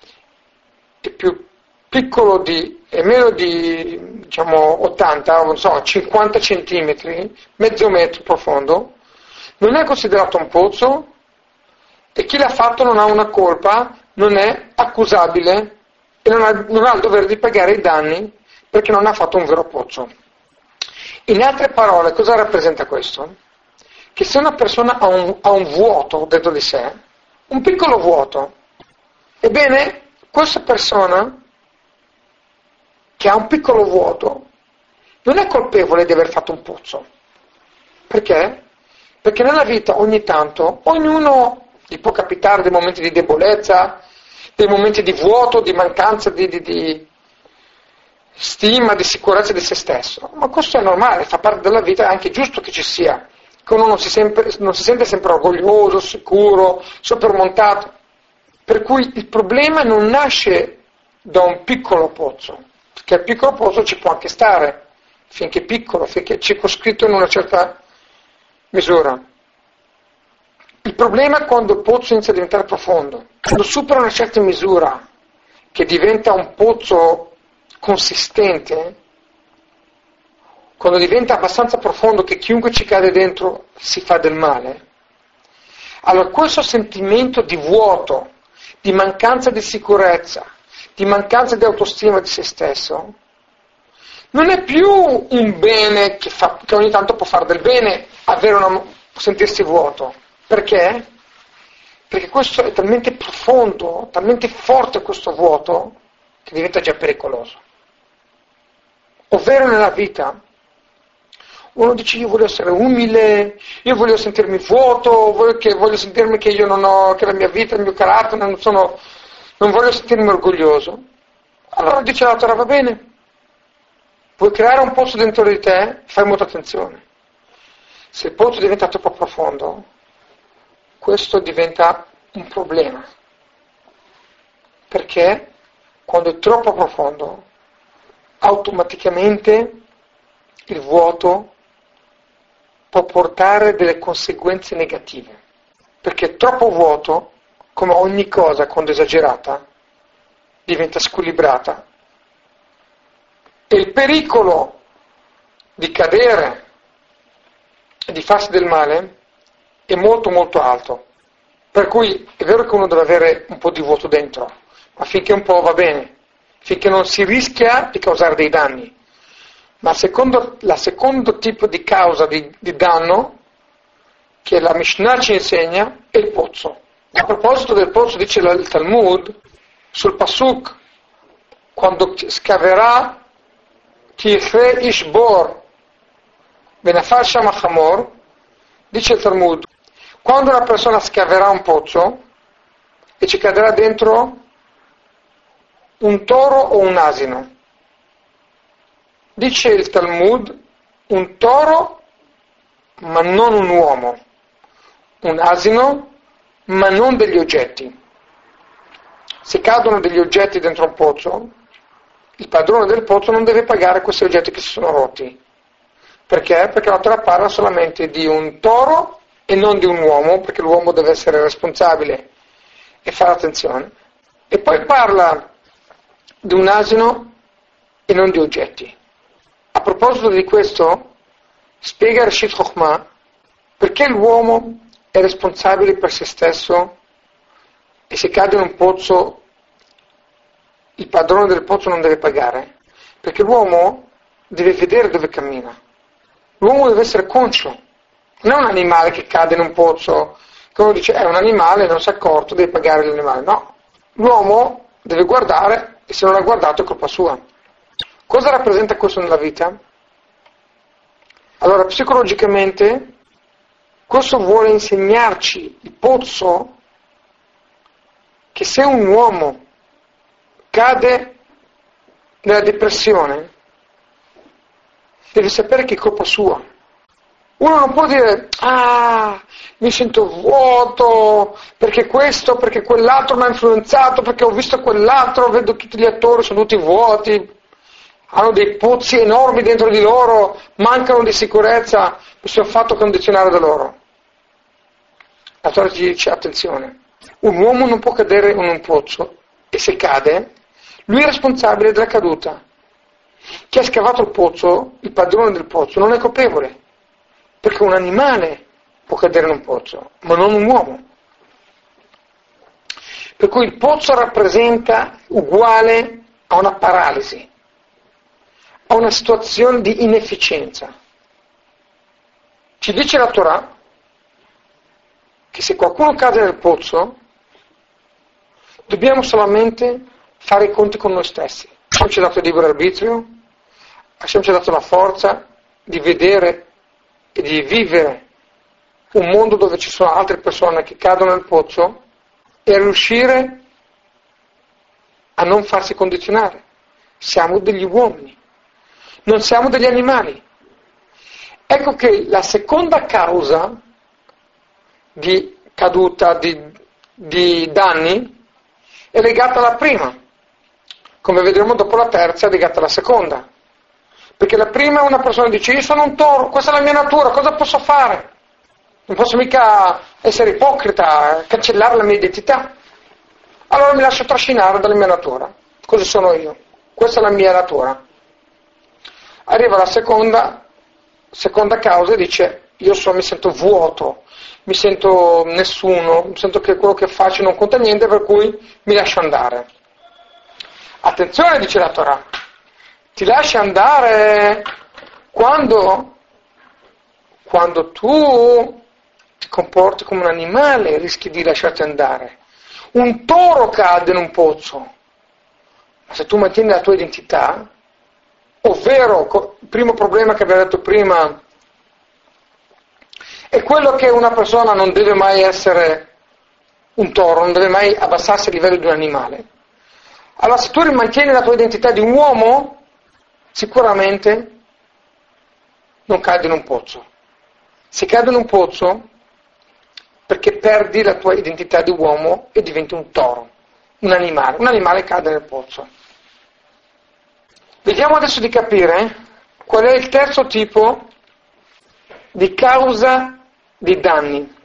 è più piccolo è meno di, diciamo, 80, non so, 50 cm, mezzo metro profondo, non è considerato un pozzo e chi l'ha fatto non ha una colpa, non è accusabile e non ha il dovere di pagare i danni perché non ha fatto un vero pozzo. In altre parole, cosa rappresenta questo? Che se una persona ha un vuoto dentro di sé, un piccolo vuoto, ebbene, questa persona che ha un piccolo vuoto non è colpevole di aver fatto un pozzo. Perché? Perché nella vita ogni tanto ognuno gli può capitare dei momenti di debolezza, dei momenti di vuoto, di mancanza di stima, di sicurezza di se stesso. Ma questo è normale, fa parte della vita, è anche giusto che ci sia, che uno non si sente sempre orgoglioso, sicuro, soppermontato. Per cui il problema non nasce da un piccolo pozzo, perché il piccolo pozzo ci può anche stare, finché è piccolo, finché è circoscritto in una certa misura. Il problema è quando il pozzo inizia a diventare profondo, quando supera una certa misura, che diventa un pozzo consistente, quando diventa abbastanza profondo che chiunque ci cade dentro si fa del male. Allora questo sentimento di vuoto, di mancanza di sicurezza, di mancanza di autostima di se stesso, non è più un bene che ogni tanto può fare del bene, sentirsi vuoto. Perché? Perché questo è talmente profondo, talmente forte questo vuoto, che diventa già pericoloso. Ovvero nella vita, uno dice io voglio essere umile, io voglio sentirmi vuoto, voglio sentirmi che io non ho, che la mia vita, il mio carattere, non voglio sentirmi orgoglioso. Allora dice la Torah, va bene, vuoi creare un pozzo dentro di te? Fai molta attenzione. Se il pozzo diventa troppo profondo, questo diventa un problema. Perché quando è troppo profondo, automaticamente il vuoto può portare delle conseguenze negative. Perché troppo vuoto, come ogni cosa quando è esagerata, diventa squilibrata. E il pericolo di cadere e di farsi del male è molto molto alto. Per cui è vero che uno deve avere un po' di vuoto dentro, ma finché un po' va bene, finché non si rischia di causare dei danni. Ma la secondo tipo di causa di danno, che la Mishnah ci insegna, è il pozzo. A proposito del pozzo dice il Talmud, sul Pasuk, quando scaverà Tifre Ishbor Benafar Shama Chamor, dice il Talmud, quando una persona scaverà un pozzo e ci cadrà dentro un toro o un asino, Dice il Talmud, un toro ma non un uomo, un asino ma non degli oggetti. Se cadono degli oggetti dentro un pozzo, il padrone del pozzo non deve pagare questi oggetti che si sono rotti. Perché? Perché la Torah parla solamente di un toro e non di un uomo, perché l'uomo deve essere responsabile e fare attenzione. E poi parla di un asino e non di oggetti. A proposito di questo, spiega Reshit Chochmah perché l'uomo è responsabile per se stesso e se cade in un pozzo il padrone del pozzo non deve pagare, perché l'uomo deve vedere dove cammina, l'uomo deve essere conscio, non è un animale che cade in un pozzo, che uno dice è un animale, non si è accorto, deve pagare l'animale, no, l'uomo deve guardare e se non ha guardato è colpa sua. Cosa rappresenta questo nella vita? Allora, psicologicamente, questo vuole insegnarci il pozzo che se un uomo cade nella depressione, deve sapere che è colpa sua. Uno non può dire, mi sento vuoto, perché questo, perché quell'altro mi ha influenzato, perché ho visto quell'altro, vedo tutti gli attori, sono tutti vuoti, hanno dei pozzi enormi dentro di loro, mancano di sicurezza, mi sono fatto condizionare da loro. La Torah ci dice, attenzione, un uomo non può cadere in un pozzo, e se cade, lui è responsabile della caduta. Chi ha scavato il pozzo, il padrone del pozzo, non è colpevole, perché un animale può cadere in un pozzo, ma non un uomo. Per cui il pozzo rappresenta uguale a una paralisi, a una situazione di inefficienza. Ci dice la Torah che se qualcuno cade nel pozzo, dobbiamo solamente fare i conti con noi stessi. Hashem ci ha dato il libero arbitrio, Hashem ci ha dato la forza di vedere e di vivere un mondo dove ci sono altre persone che cadono nel pozzo e a riuscire a non farsi condizionare. Siamo degli uomini, non siamo degli animali. Ecco che la seconda causa di caduta, di danni, è legata alla prima. Come vedremo dopo la terza è legata alla seconda. Perché la prima una persona dice io sono un toro, questa è la mia natura, cosa posso fare? Non posso mica essere ipocrita, cancellare la mia identità. Allora mi lascio trascinare dalla mia natura. Così sono io. Questa è la mia natura. Arriva la seconda causa e dice io mi sento vuoto, mi sento nessuno, mi sento che quello che faccio non conta niente, per cui mi lascio andare. Attenzione, dice la Torah, ti lasci andare quando tu ti comporti come un animale, rischi di lasciarti andare. Un toro cade in un pozzo, ma se tu mantieni la tua identità, ovvero il primo problema che abbiamo detto prima è quello che una persona non deve mai essere un toro, non deve mai abbassarsi a livello di un animale. Allora se tu mantieni la tua identità di un uomo, sicuramente non cadi in un pozzo. Se cadi in un pozzo, perché perdi la tua identità di uomo e diventi un toro, un animale cade nel pozzo. Vediamo adesso di capire qual è il terzo tipo di causa di danni.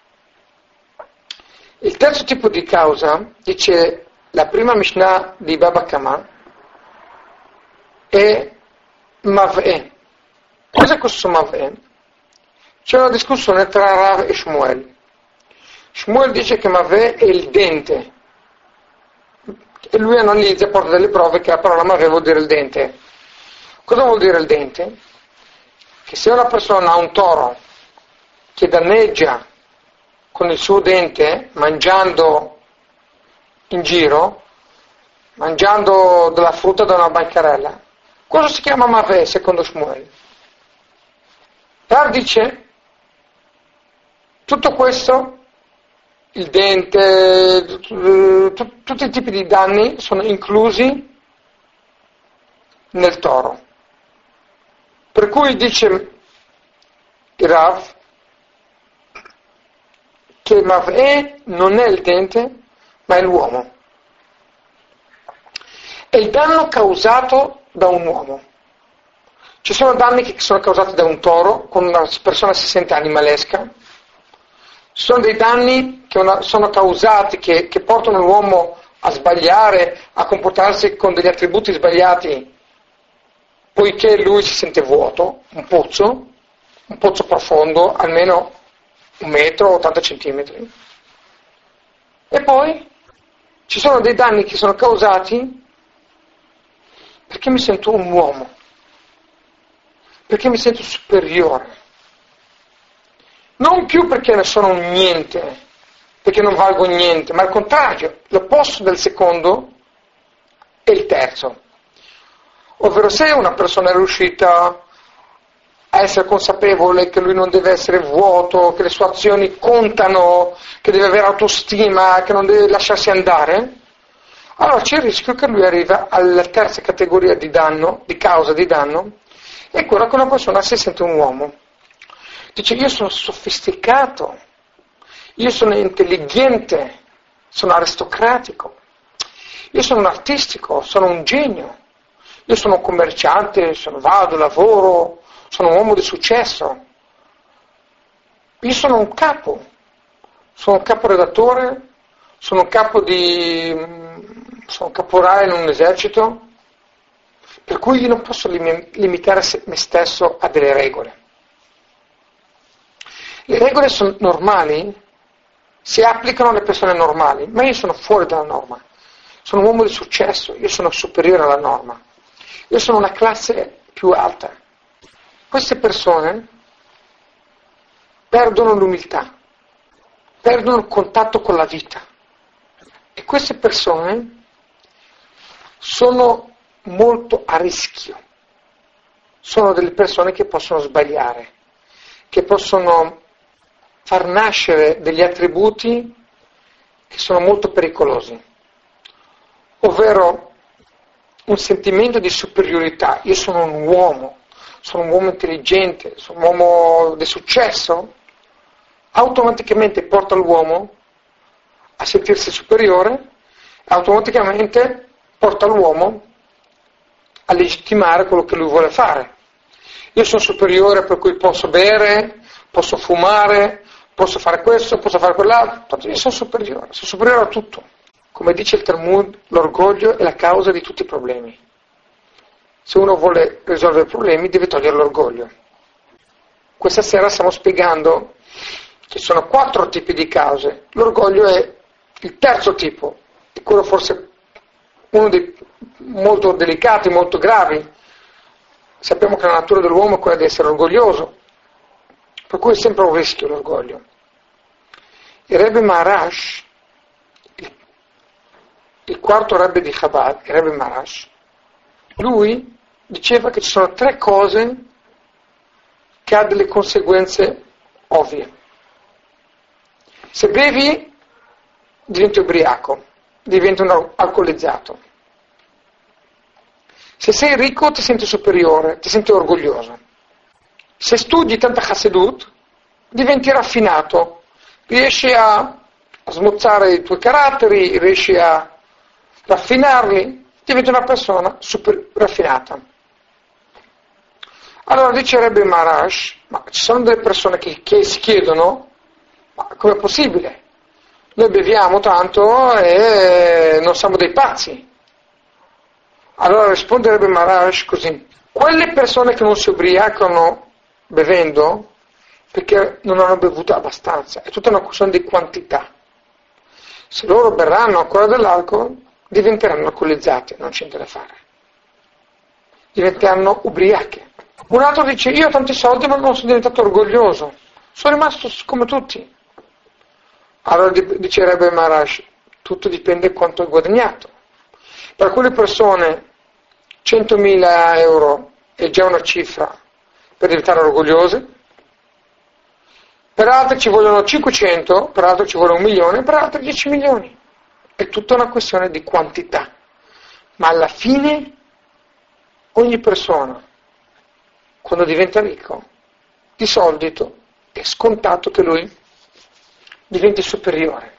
Il terzo tipo di causa, dice la prima Mishnah di Baba Kama, è Mav'e. Cos'è questo Mav'e? C'è una discussione tra Rav e Shmuel. Shmuel dice che Mav'e è il dente, e lui analizza, porta delle prove che la parola Mav'e vuol dire il dente. Cosa vuol dire il dente? Che se una persona ha un toro che danneggia con il suo dente, mangiando in giro, mangiando della frutta da una bancarella, cosa si chiama Mav'e secondo Shmuel? Rav dice tutto questo, il dente, tutti i tipi di danni sono inclusi nel toro. Per cui dice il Rav che Mav'e non è il dente, ma è l'uomo. È il danno causato da un uomo. Ci sono danni che sono causati da un toro, quando una persona si sente animalesca. Ci sono dei danni che sono causati, che portano l'uomo a sbagliare, a comportarsi con degli attributi sbagliati, poiché lui si sente vuoto, un pozzo profondo, almeno 1 metro, 80 centimetri. E poi ci sono dei danni che sono causati perché mi sento un uomo, perché mi sento superiore. Non più perché ne sono un niente, perché non valgo niente, ma al contrario, l'opposto del secondo è il terzo. Ovvero se una persona è riuscita a essere consapevole che lui non deve essere vuoto, che le sue azioni contano, che deve avere autostima, che non deve lasciarsi andare, allora c'è il rischio che lui arriva alla terza categoria di danno, di causa di danno, è quella che una persona si sente un uomo. Dice: io sono sofisticato, io sono intelligente, sono aristocratico, io sono un artistico, sono un genio, io sono un commerciante, vado, lavoro, sono un uomo di successo, io sono un caporedattore, sono un caporale in un esercito, per cui io non posso limitare me stesso a delle regole. Le regole sono normali, si applicano alle persone normali, ma io sono fuori dalla norma, sono un uomo di successo, io sono superiore alla norma, io sono una classe più alta. Queste persone perdono l'umiltà, perdono il contatto con la vita, e queste persone sono molto a rischio, sono delle persone che possono sbagliare, che possono far nascere degli attributi che sono molto pericolosi, ovvero un sentimento di superiorità. Io sono un uomo intelligente, sono un uomo di successo, automaticamente porta l'uomo a sentirsi superiore, automaticamente porta l'uomo a legittimare quello che lui vuole fare. Io sono superiore, per cui posso bere, posso fumare, posso fare questo, posso fare quell'altro, io sono superiore a tutto. Come dice il Talmud, l'orgoglio è la causa di tutti i problemi. Se uno vuole risolvere i problemi deve togliere l'orgoglio. Questa sera stiamo spiegando che ci sono 4 tipi di cause. L'orgoglio è il terzo tipo, e quello forse uno dei molto delicati, molto gravi. Sappiamo che la natura dell'uomo è quella di essere orgoglioso, per cui è sempre un rischio l'orgoglio. Il Rebbe Maharash, il quarto Rebbe di Chabad, il Rebbe Maharash, lui diceva che ci sono 3 cose che hanno delle conseguenze ovvie. Se bevi diventi ubriaco, diventi un alcolizzato. Se sei ricco ti senti superiore, ti senti orgoglioso. Se studi tanta Chassidut diventi raffinato, riesci a smozzare i tuoi caratteri, riesci a raffinarli, diventi una persona super raffinata. Allora dice Rebbe Maharash, ma ci sono delle persone che si chiedono: ma com'è possibile? Noi beviamo tanto e non siamo dei pazzi. Allora risponde Rebbe Maharash così: quelle persone che non si ubriacano bevendo perché non hanno bevuto abbastanza, è tutta una questione di quantità. Se loro berranno ancora dell'alcol diventeranno alcolizzati, non c'è niente da fare, diventeranno ubriache. Un altro dice: io ho tanti soldi ma non sono diventato orgoglioso, sono rimasto come tutti. Allora dice Rebbe Maharash: tutto dipende quanto hai guadagnato. Per alcune persone 100.000 euro è già una cifra per diventare orgogliose, per altri ci vogliono 500, per altri ci vuole 1 milione, per altri 10 milioni. È tutta una questione di quantità. Ma alla fine ogni persona, quando diventa ricco, di solito è scontato che lui diventi superiore.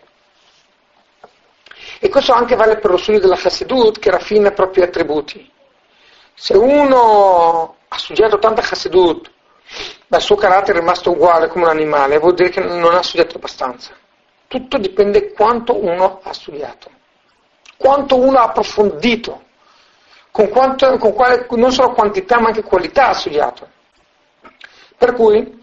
E questo anche vale per lo studio della Chassidut, che raffina i propri attributi. Se uno ha studiato tanta Chassidut, ma il suo carattere è rimasto uguale come un animale, vuol dire che non ha studiato abbastanza. Tutto dipende quanto uno ha studiato, quanto uno ha approfondito, con quale non solo quantità ma anche qualità ha studiato. Per cui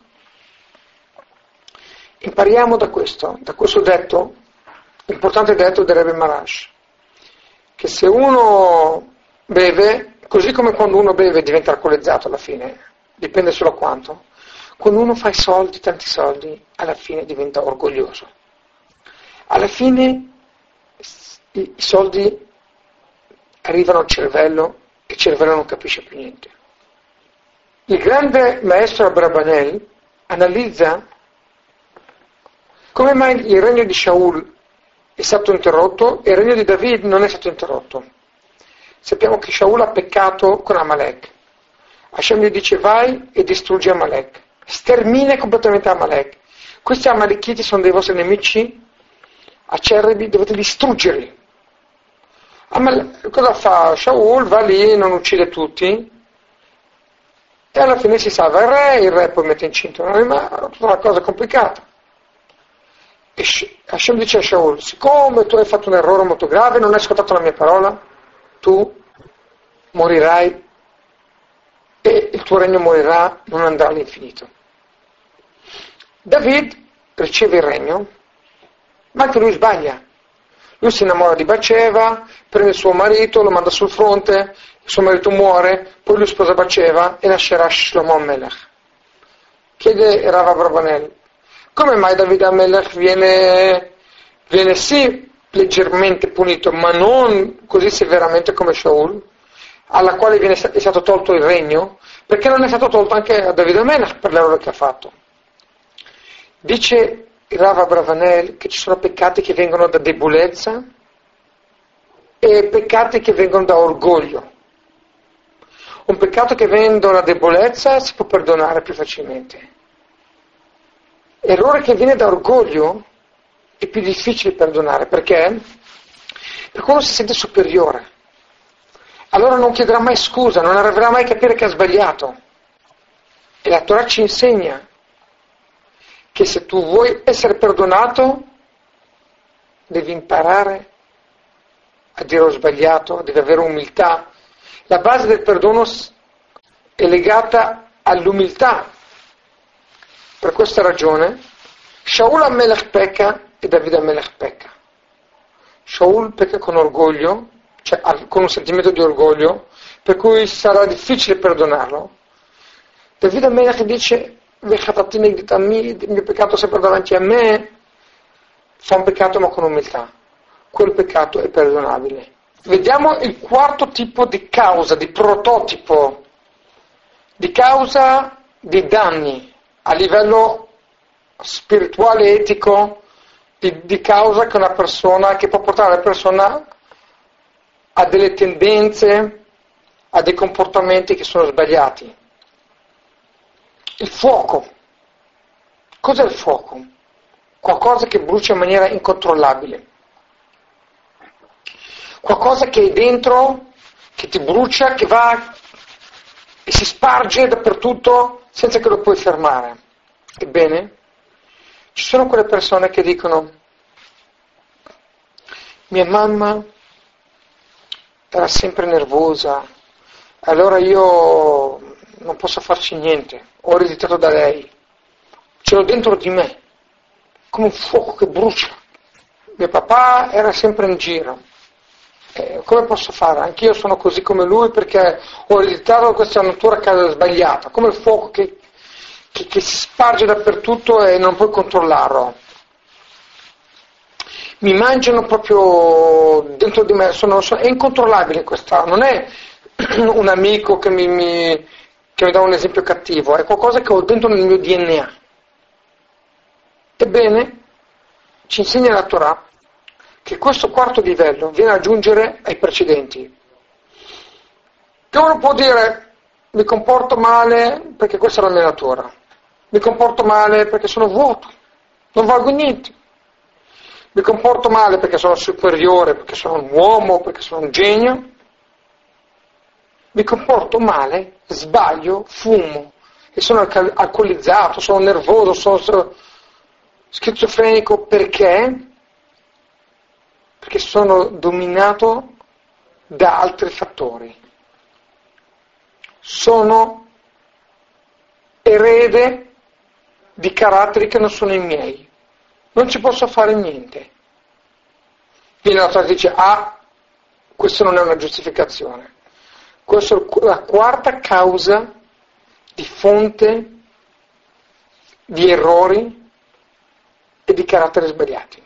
impariamo da questo detto, importante detto del Rebbe Maharash, che se uno beve, così come quando uno beve diventa alcolizzato alla fine, dipende solo quanto, quando uno fa i soldi, tanti soldi, alla fine diventa orgoglioso. Alla fine i soldi arrivano al cervello e il cervello non capisce più niente. Il grande maestro Abravanel analizza come mai il regno di Shaul è stato interrotto e il regno di David non è stato interrotto. Sappiamo che Shaul ha peccato con Amalek. Hashem gli dice vai e distruggi Amalek, stermina completamente Amalek. Questi Amalekiti sono dei vostri nemici acerbi, dovete distruggerli. Cosa fa? Shaul va lì, non uccide tutti e alla fine si salva il re poi mette incinta ma è tutta una cosa complicata. E Hashem dice a Shaul, siccome tu hai fatto un errore molto grave, non hai ascoltato la mia parola, tu morirai e il tuo regno morirà, non andrà all'infinito. David riceve il regno, ma anche lui sbaglia. Lui si innamora di Baceva, prende il suo marito, lo manda sul fronte, il suo marito muore, poi lui sposa Baceva e nascerà Shlomo Amelech. Chiede Rav Abravanel, come mai Davide Amelech viene sì leggermente punito, ma non così severamente come Shaul, alla quale è stato tolto il regno, perché non è stato tolto anche a Davide Amelech per l'errore che ha fatto? Dice il Rav Abravanel che ci sono peccati che vengono da debolezza e peccati che vengono da orgoglio. Un peccato che viene da una debolezza si può perdonare più facilmente. L'errore che viene da orgoglio è più difficile perdonare, perché? Perché uno si sente superiore. Allora non chiederà mai scusa, non arriverà mai a capire che ha sbagliato. E la Torah ci insegna che se tu vuoi essere perdonato, devi imparare a dire ho sbagliato, devi avere umiltà. La base del perdono è legata all'umiltà. Per questa ragione, Shaul Amelech pecca e Davide Amelech pecca. Shaul pecca con orgoglio, cioè con un sentimento di orgoglio, per cui sarà difficile perdonarlo. Davide Amelech dice il mio peccato è sempre davanti a me, fa un peccato ma con umiltà, quel peccato è perdonabile. Vediamo il quarto tipo di causa, di prototipo, di causa di danni a livello spirituale e etico, di causa che una persona, che può portare la persona a delle tendenze, a dei comportamenti che sono sbagliati. Il fuoco. Cos'è il fuoco? Qualcosa che brucia in maniera incontrollabile. Qualcosa che è dentro, che ti brucia, che va e si sparge dappertutto senza che lo puoi fermare. Ebbene, ci sono quelle persone che dicono mia mamma era sempre nervosa, allora io non posso farci niente, ho ereditato da lei, ce l'ho dentro di me, come un fuoco che brucia. Mio papà era sempre in giro, come posso fare? Anch'io sono così come lui perché ho ereditato questa natura sbagliata, come il fuoco che si sparge dappertutto e non puoi controllarlo. Mi mangiano proprio dentro di me, è incontrollabile questa, non è un amico che mi dà un esempio cattivo, è qualcosa che ho dentro nel mio DNA. Ebbene, ci insegna la Torah che questo quarto livello viene ad aggiungere ai precedenti. Che uno può dire, mi comporto male perché questa è la mia natura, mi comporto male perché sono vuoto, non valgo niente, mi comporto male perché sono superiore, perché sono un uomo, perché sono un genio, mi comporto male, sbaglio, fumo, e sono alcolizzato, sono nervoso, sono schizofrenico perché sono dominato da altri fattori. Sono erede di caratteri che non sono i miei. Non ci posso fare niente. Viene la storia e dice, questa non è una giustificazione. Questa è la quarta causa di fonte di errori e di caratteri sbagliati.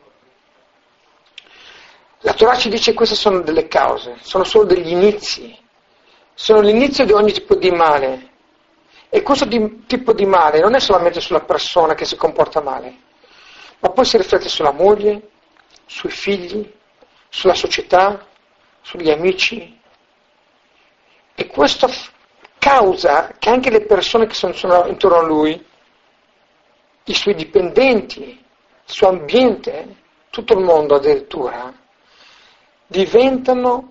La Torah ci dice che queste sono delle cause, sono solo degli inizi, sono l'inizio di ogni tipo di male. E questo tipo di male non è solamente sulla persona che si comporta male, ma poi si riflette sulla moglie, sui figli, sulla società, sugli amici. E questo causa che anche le persone che sono intorno a lui, i suoi dipendenti, il suo ambiente, tutto il mondo addirittura, diventano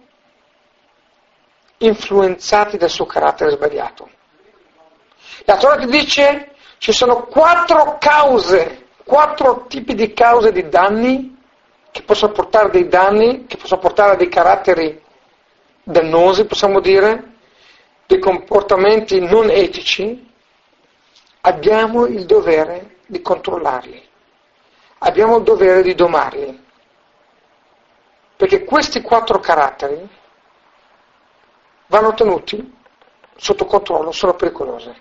influenzati dal suo carattere sbagliato. La Torah ti dice ci sono 4 cause, 4 tipi di cause di danni che possono portare dei danni, che possono portare a dei caratteri dannosi, possiamo dire, dei comportamenti non etici. Abbiamo il dovere di controllarli, abbiamo il dovere di domarli, perché questi 4 caratteri vanno tenuti sotto controllo, sono pericolose.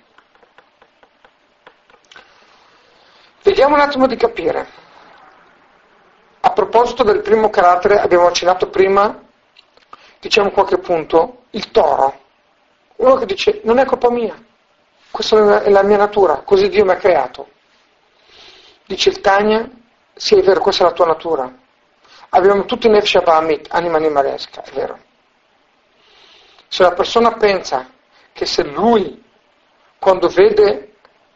Vediamo un attimo di capire. A proposito del primo carattere, abbiamo accennato prima, diciamo qualche punto, il toro. Uno che dice, non è colpa mia, questa è la mia natura, così Dio mi ha creato. Dice il Tanya, sì è vero, questa è la tua natura. Abbiamo tutti nefesh abahamit, anima animalesca, è vero. Se la persona pensa che se lui, quando vede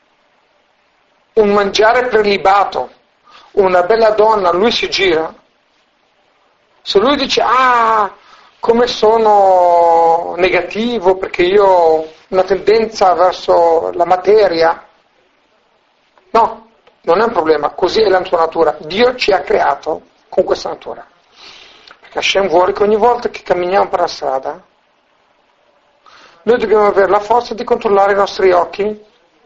un mangiare prelibato, una bella donna, lui si gira, se lui dice, come sono negativo perché io ho una tendenza verso la materia, no, non è un problema, così è la tua natura. Dio ci ha creato con questa natura. Perché Hashem vuole che ogni volta che camminiamo per la strada, noi dobbiamo avere la forza di controllare i nostri occhi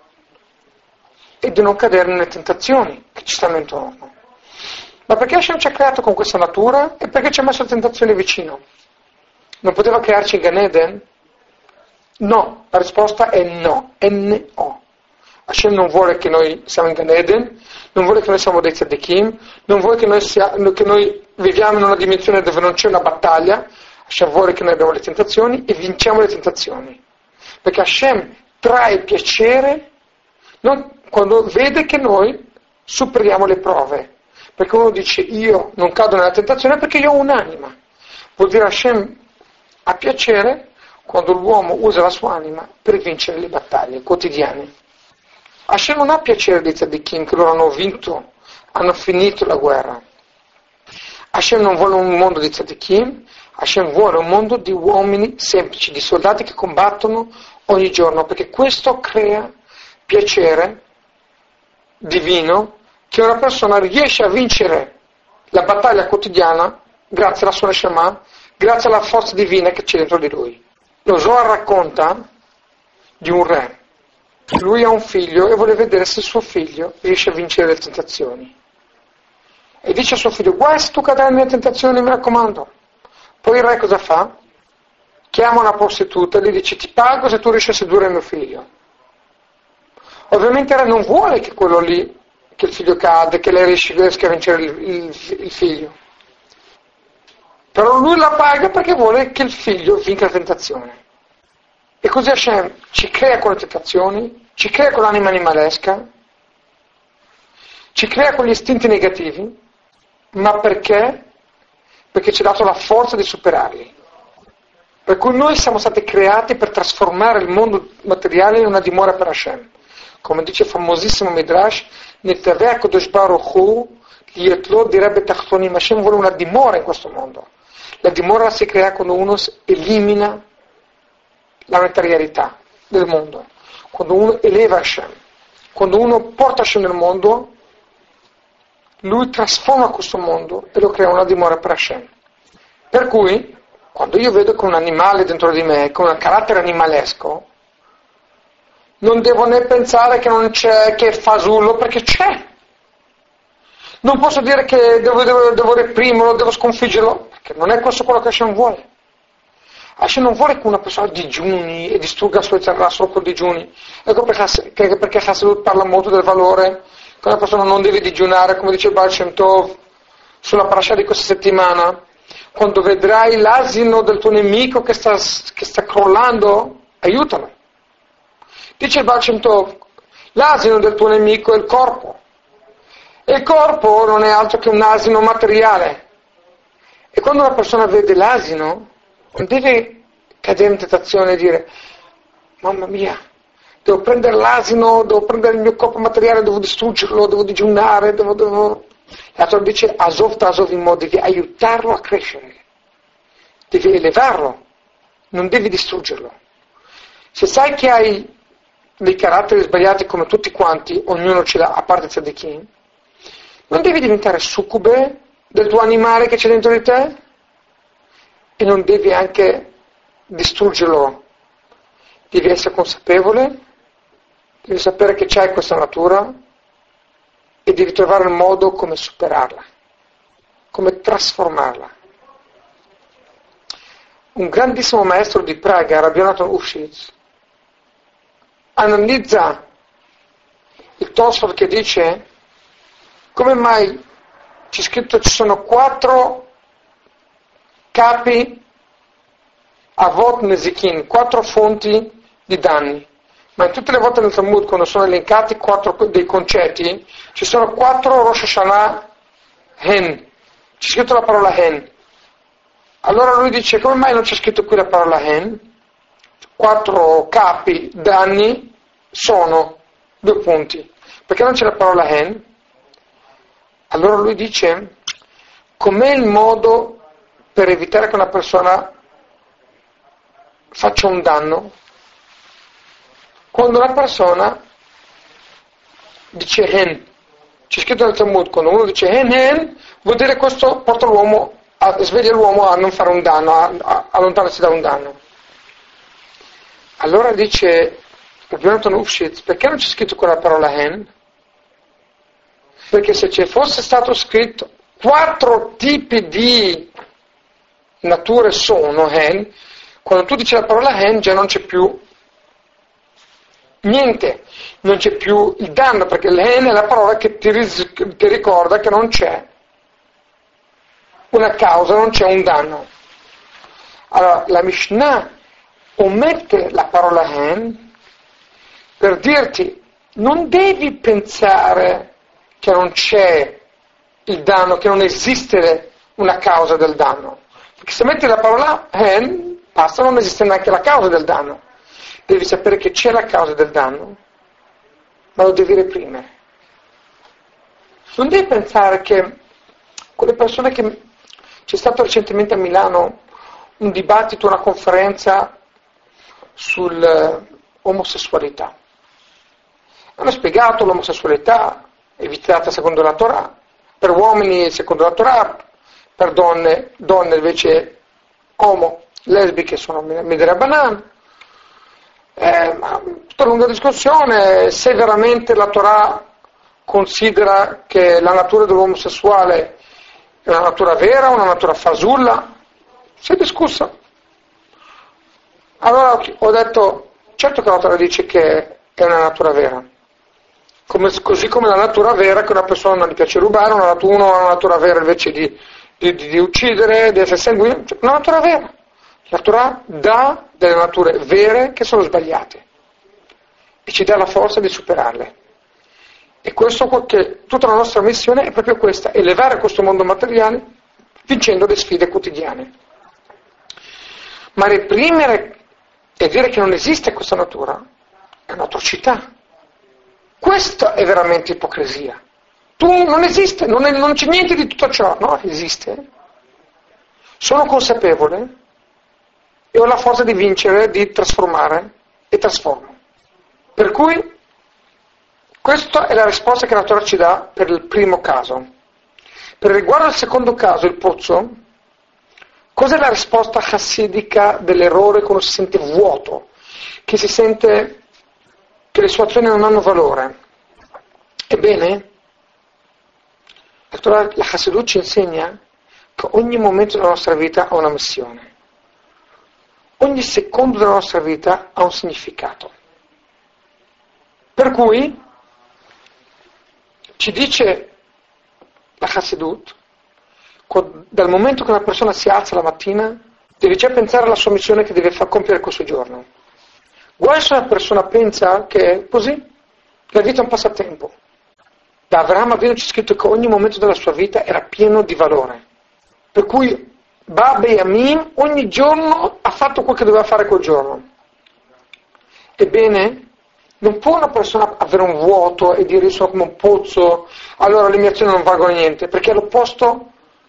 e di non cadere nelle tentazioni che ci stanno intorno. Ma perché Hashem ci ha creato con questa natura e perché ci ha messo le tentazioni vicino? Non poteva crearci in Gan Eden? No, la risposta è no, N-O. Hashem non vuole che noi siamo in Gan Eden, non vuole che noi siamo dei tzaddikim, non vuole che noi viviamo in una dimensione dove non c'è una battaglia. Hashem vuole che noi abbiamo le tentazioni e vinciamo le tentazioni. Perché Hashem trae piacere quando vede che noi superiamo le prove. Perché uno dice io non cado nella tentazione perché io ho un'anima. Vuol dire Hashem ha piacere quando l'uomo usa la sua anima per vincere le battaglie quotidiane. Hashem non ha piacere dei tzaddikim che loro hanno vinto, hanno finito la guerra. Hashem non vuole un mondo di tzaddikim, Hashem vuole un mondo di uomini semplici, di soldati che combattono ogni giorno, perché questo crea piacere divino che una persona riesce a vincere la battaglia quotidiana grazie alla sua neshama, grazie alla forza divina che c'è dentro di lui. Lo Zohar racconta di un re. Lui ha un figlio e vuole vedere se il suo figlio riesce a vincere le tentazioni. E dice a suo figlio, guai se tu cadrai nelle tentazioni, mi raccomando. Poi il re cosa fa? Chiama una prostituta e gli dice, ti pago se tu riesci a sedurre mio figlio. Ovviamente il re non vuole che quello lì, che il figlio cade, che lei riesca a vincere il figlio. Però lui la paga perché vuole che il figlio vinca la tentazione. E così Hashem ci crea con le tentazioni, ci crea con l'anima animalesca, ci crea con gli istinti negativi, ma perché? Perché ci ha dato la forza di superarli. Per cui noi siamo stati creati per trasformare il mondo materiale in una dimora per Hashem. Come dice il famosissimo Midrash, Netaveh Kodesh Baruch Hu, Lietlo direbbe Tachtonim, Hashem vuole una dimora in questo mondo. La dimora si crea quando uno elimina la materialità del mondo, quando uno eleva Hashem, quando uno porta Hashem nel mondo, lui trasforma questo mondo e lo crea una dimora per Hashem. Per cui, quando io vedo che un animale dentro di me, con un carattere animalesco, non devo né pensare che non c'è, che è fasullo, perché c'è. Non posso dire che devo reprimerlo, devo sconfiggerlo, perché non è questo quello che Hashem vuole. Hashem non vuole che una persona digiuni e distrugga la sua eternità solo con digiuni. Ecco perché Hasidut parla molto del valore che una persona non deve digiunare, come dice il Baal Shem Tov sulla parasha di questa settimana. Quando vedrai l'asino del tuo nemico che sta crollando, aiutalo. Dice il Baal Shem Tov, l'asino del tuo nemico è il corpo. E il corpo non è altro che un asino materiale. E quando una persona vede l'asino, non deve cadere in tentazione e dire, mamma mia, devo prendere l'asino, devo prendere il mio corpo materiale, devo distruggerlo, devo digiunare, La Torah dice, Azov Tazov in modo, devi aiutarlo a crescere, devi elevarlo, non devi distruggerlo. Se sai che hai dei caratteri sbagliati come tutti quanti, ognuno ce l'ha, a parte Tzadikim, non devi diventare succube del tuo animale che c'è dentro di te e non devi anche distruggerlo. Devi essere consapevole, devi sapere che c'hai questa natura e devi trovare il modo come superarla, come trasformarla. Un grandissimo maestro di Praga, Rabbi Jonathan Ufshitz, analizza il Tosfot che dice come mai c'è scritto ci sono 4 capi Avot Nezikin, 4 fonti di danni, ma in tutte le volte nel Talmud quando sono elencati 4 dei concetti ci sono 4 Rosh Hashanah Hen, c'è scritto la parola Hen. Allora lui dice come mai non c'è scritto qui la parola Hen? 4 capi danni sono 2 punti, perché non c'è la parola Hen? Allora lui dice, com'è il modo per evitare che una persona faccia un danno? Quando una persona dice hen, c'è scritto nel Talmud, quando uno dice hen, vuol dire questo porta l'uomo, sveglia l'uomo a non fare un danno, a allontanarsi da un danno. Allora dice Jonathan Ufshitz, perché non c'è scritto quella parola hen? Perché se ci fosse stato scritto 4 tipi di nature sono hen, quando tu dici la parola hen già non c'è più niente, non c'è più il danno, perché l'hen è la parola che ti ricorda che non c'è una causa, non c'è un danno. Allora la Mishnah omette la parola hen per dirti non devi pensare che non c'è il danno, che non esiste una causa del danno. Perché se metti la parola hen, basta, non esiste neanche la causa del danno. Devi sapere che c'è la causa del danno, ma lo devi reprimere. Non devi pensare che quelle persone che... C'è stato recentemente a Milano un dibattito, una conferenza sull'omosessualità. Hanno spiegato l'omosessualità è vietata secondo la Torah, per uomini secondo la Torah, per donne invece lesbiche sono Midera Banan. Tutta lunga discussione se veramente la Torah considera che la natura dell'omosessuale è una natura vera o una natura fasulla. Si è discussa. Allora ho detto, certo che la Torah dice che è una natura vera. Così come la natura vera che una persona non gli piace rubare, uno ha una natura vera invece di uccidere, di essere sanguigno, una natura vera. La Torah dà delle nature vere che sono sbagliate e ci dà la forza di superarle. E questo che tutta la nostra missione è proprio questa, elevare questo mondo materiale vincendo le sfide quotidiane. Ma reprimere e dire che non esiste questa natura è un'atrocità. Questa è veramente ipocrisia. Tu non esiste, non c'è niente di tutto ciò, no? Esiste. Sono consapevole e ho la forza di vincere, di trasformare e trasformo. Per cui questa è la risposta che la Torah ci dà per il primo caso. Per riguardo al secondo caso, il pozzo, cos'è la risposta chassidica dell'errore quando si sente vuoto, che si sente che le sue azioni non hanno valore? Ebbene, la Chassidut ci insegna che ogni momento della nostra vita ha una missione. Ogni secondo della nostra vita ha un significato. Per cui ci dice la Chassidut, dal momento che una persona si alza la mattina, deve già pensare alla sua missione che deve far compiere questo giorno. Guai se una persona pensa che così, la vita è un passatempo. Da Avraham Avinu c'è scritto che ogni momento della sua vita era pieno di valore. Per cui Baba Yamim ogni giorno ha fatto quel che doveva fare quel giorno. Ebbene, non può una persona avere un vuoto e dire io sono come un pozzo, allora le mie azioni non valgono niente, perché è l'opposto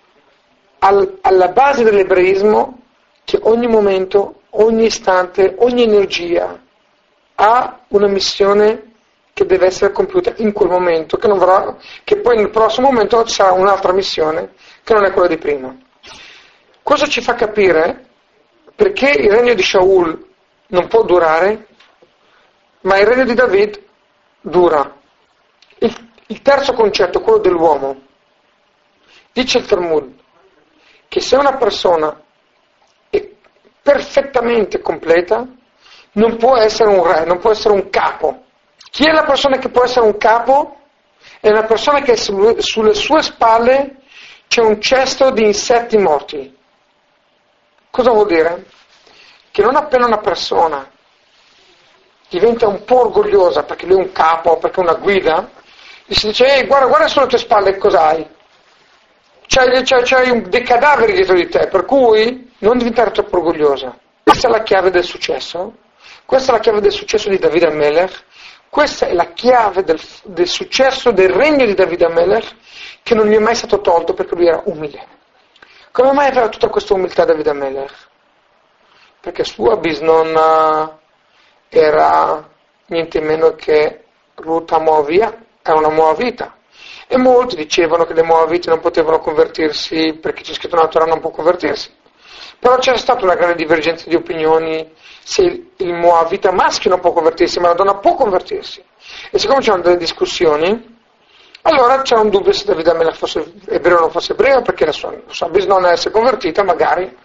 alla base dell'ebraismo, che ogni momento, ogni istante, ogni energia ha una missione che deve essere compiuta in quel momento, che poi nel prossimo momento ci sarà un'altra missione che non è quella di prima. Cosa ci fa capire perché il regno di Shaul non può durare, ma il regno di David dura. Il terzo concetto, quello dell'uomo. Dice il Talmud che se una persona è perfettamente completa, non può essere un re, non può essere un capo. Chi è la persona che può essere un capo? È una persona che sulle sue spalle c'è un cesto di insetti morti. Cosa vuol dire? Che non appena una persona diventa un po' orgogliosa perché lui è un capo, perché è una guida, gli si dice guarda sulle tue spalle cos'hai? C'hai dei cadaveri dietro di te, per cui non diventare troppo orgogliosa. Questa è la chiave del successo. Questa è la chiave del successo di David HaMelech. Questa è la chiave del successo del regno di David HaMelech, che non gli è mai stato tolto perché lui era umile. Come mai aveva tutta questa umiltà David HaMelech? Perché sua bisnonna era niente meno che Ruth Moavia, era una Moavita. E molti dicevano che le Moavite non potevano convertirsi perché c'è scritto nella Torah non può convertirsi. Però c'era stata una grande divergenza di opinioni se il Moavita maschio non può convertirsi, ma la donna può convertirsi. E siccome c'erano delle discussioni, allora c'era un dubbio se David HaMelech fosse ebreo o non fosse ebreo, perché la sua bisnonna essere convertita magari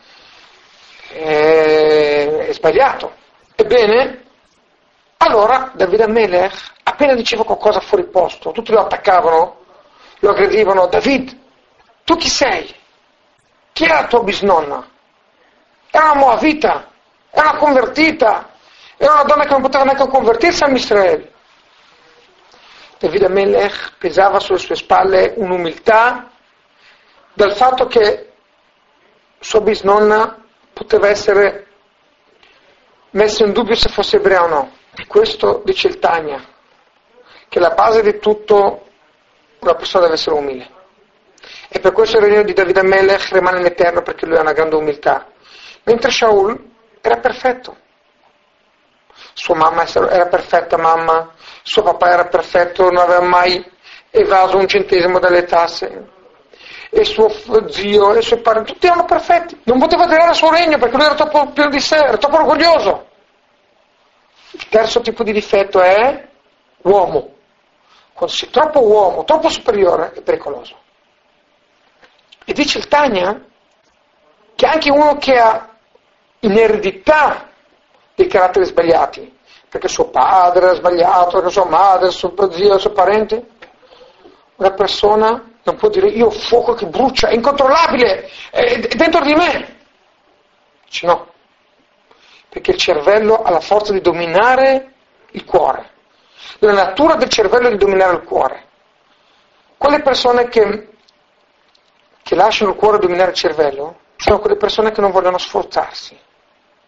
è sbagliato. Ebbene, allora David HaMelech, appena diceva qualcosa fuori posto, tutti lo attaccavano, lo aggredivano. David, tu chi sei? Chi è la tua bisnonna? Era una Moavita, era una convertita, era una donna che non poteva neanche convertirsi a Israele. David HaMelech pesava sulle sue spalle un'umiltà dal fatto che sua bisnonna poteva essere messa in dubbio se fosse ebrea o no. E questo dice il Tanya, che la base di tutto una persona deve essere umile. E per questo il regno di David HaMelech rimane in eterno, perché lui ha una grande umiltà. Mentre Shaul era perfetto. Sua mamma era perfetta mamma, suo papà era perfetto, non aveva mai evaso un centesimo dalle tasse. E suo zio e i suoi parenti, tutti erano perfetti. Non poteva tirare il suo regno perché lui era troppo pieno di sé, era troppo orgoglioso. Il terzo tipo di difetto è l'uomo. Quando sei troppo uomo, troppo superiore, è pericoloso. E dice il Tanya che anche uno che ha in eredità dei caratteri sbagliati, perché suo padre era sbagliato, perché sua madre, suo zio, il suo parente, una persona non può dire io ho fuoco che brucia, è incontrollabile, è dentro di me. Dice no, perché il cervello ha la forza di dominare il cuore. La natura del cervello è di dominare il cuore. Quelle persone che lasciano il cuore dominare il cervello sono quelle persone che non vogliono sforzarsi.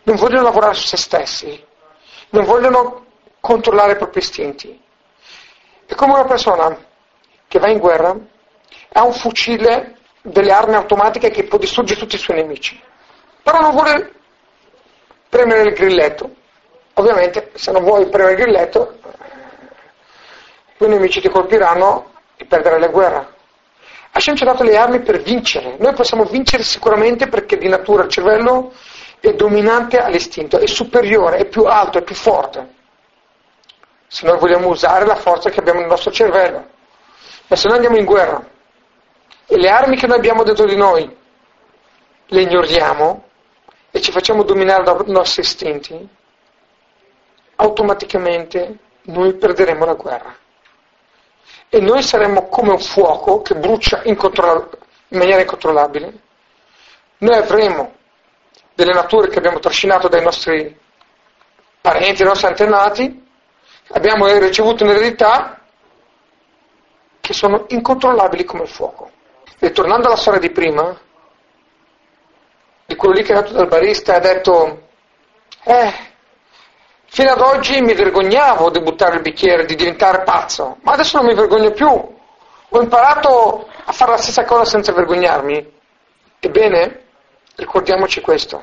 non vogliono lavorare su se stessi, non vogliono controllare i propri istinti. È come una persona che va in guerra, ha un fucile, delle armi automatiche che può distruggere tutti i suoi nemici, però non vuole premere il grilletto. Ovviamente, se non vuoi premere il grilletto, i tuoi nemici ti colpiranno e perderai la guerra. Hashem ci ha dato le armi per vincere. Noi possiamo vincere sicuramente perché di natura il cervello è dominante all'istinto, è superiore, è più alto, è più forte. Se noi vogliamo usare la forza che abbiamo nel nostro cervello. Ma se noi andiamo in guerra e le armi che noi abbiamo dentro di noi le ignoriamo e ci facciamo dominare dai nostri istinti, automaticamente noi perderemo la guerra. E noi saremo come un fuoco che brucia in maniera incontrollabile. Noi avremo delle nature che abbiamo trascinato dai nostri parenti, dai nostri antenati, abbiamo ricevuto in eredità, che sono incontrollabili come il fuoco. E tornando alla storia di prima, di quello lì che è andato dal barista e ha detto fino ad oggi mi vergognavo di buttare il bicchiere, di diventare pazzo, ma adesso non mi vergogno più, ho imparato a fare la stessa cosa senza vergognarmi. Ebbene, ricordiamoci questo,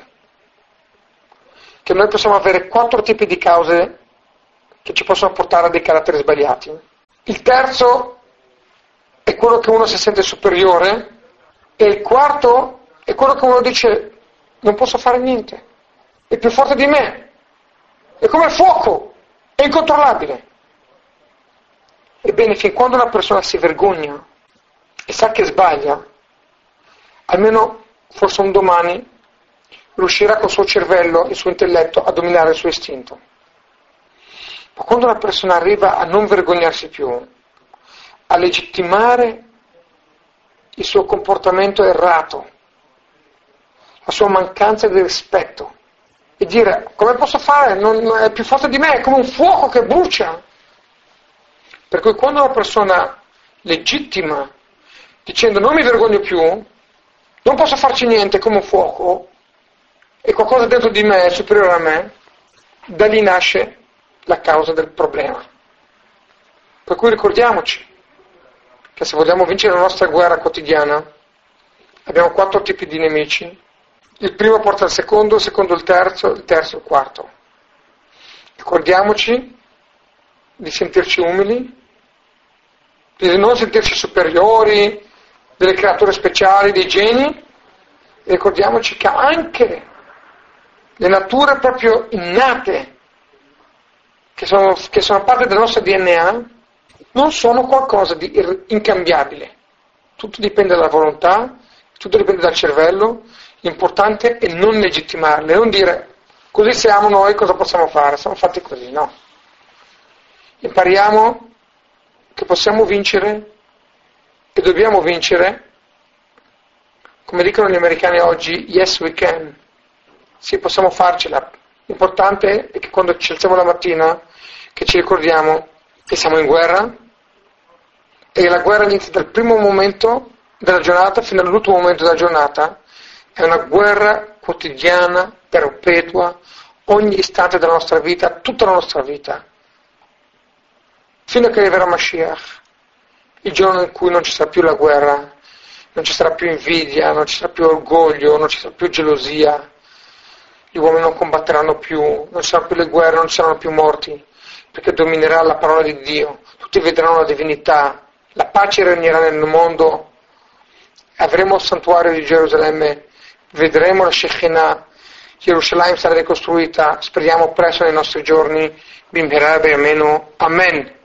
che noi possiamo avere 4 tipi di cause che ci possono portare a dei caratteri sbagliati. Il terzo è quello che uno si sente superiore, e il quarto è quello che uno dice non posso fare niente, è più forte di me, è come il fuoco, è incontrollabile. Ebbene, fin quando una persona si vergogna e sa che sbaglia, almeno forse un domani riuscirà col suo cervello, il suo intelletto, a dominare il suo istinto. Ma quando una persona arriva a non vergognarsi più, a legittimare il suo comportamento errato, la sua mancanza di rispetto, e dire come posso fare, non è più forte di me, è come un fuoco che brucia. Per cui quando una persona legittima dicendo non mi vergogno più, non posso farci niente, è come un fuoco, e qualcosa dentro di me è superiore a me, da lì nasce la causa del problema. Per cui ricordiamoci che se vogliamo vincere la nostra guerra quotidiana abbiamo 4 tipi di nemici. Il primo porta al secondo il terzo il quarto. Ricordiamoci di sentirci umili, di non sentirci superiori, delle creature speciali, dei geni, e ricordiamoci che anche le nature proprio innate, che sono parte del nostro DNA, non sono qualcosa di incambiabile. Tutto dipende dalla volontà, tutto dipende dal cervello. L'importante è non legittimarle, non dire così siamo noi, cosa possiamo fare? Siamo fatti così, no. Impariamo che possiamo vincere e dobbiamo vincere, come dicono gli americani oggi, yes we can. Sì, possiamo farcela. L'importante è che quando ci alziamo la mattina, che ci ricordiamo che siamo in guerra e che la guerra inizia dal primo momento della giornata fino all'ultimo momento della giornata. È una guerra quotidiana, perpetua, ogni istante della nostra vita, tutta la nostra vita, fino a che arriverà Mashiach, il giorno in cui non ci sarà più la guerra, non ci sarà più invidia, non ci sarà più orgoglio, non ci sarà più gelosia, gli uomini non combatteranno più, non ci saranno più le guerre, non ci saranno più morti, perché dominerà la parola di Dio, tutti vedranno la divinità, la pace regnerà nel mondo, avremo il santuario di Gerusalemme, vedremo la Shekinah, Gerusalemme sarà ricostruita, speriamo presto nei nostri giorni, Bimherà B'Yamenu, Amen.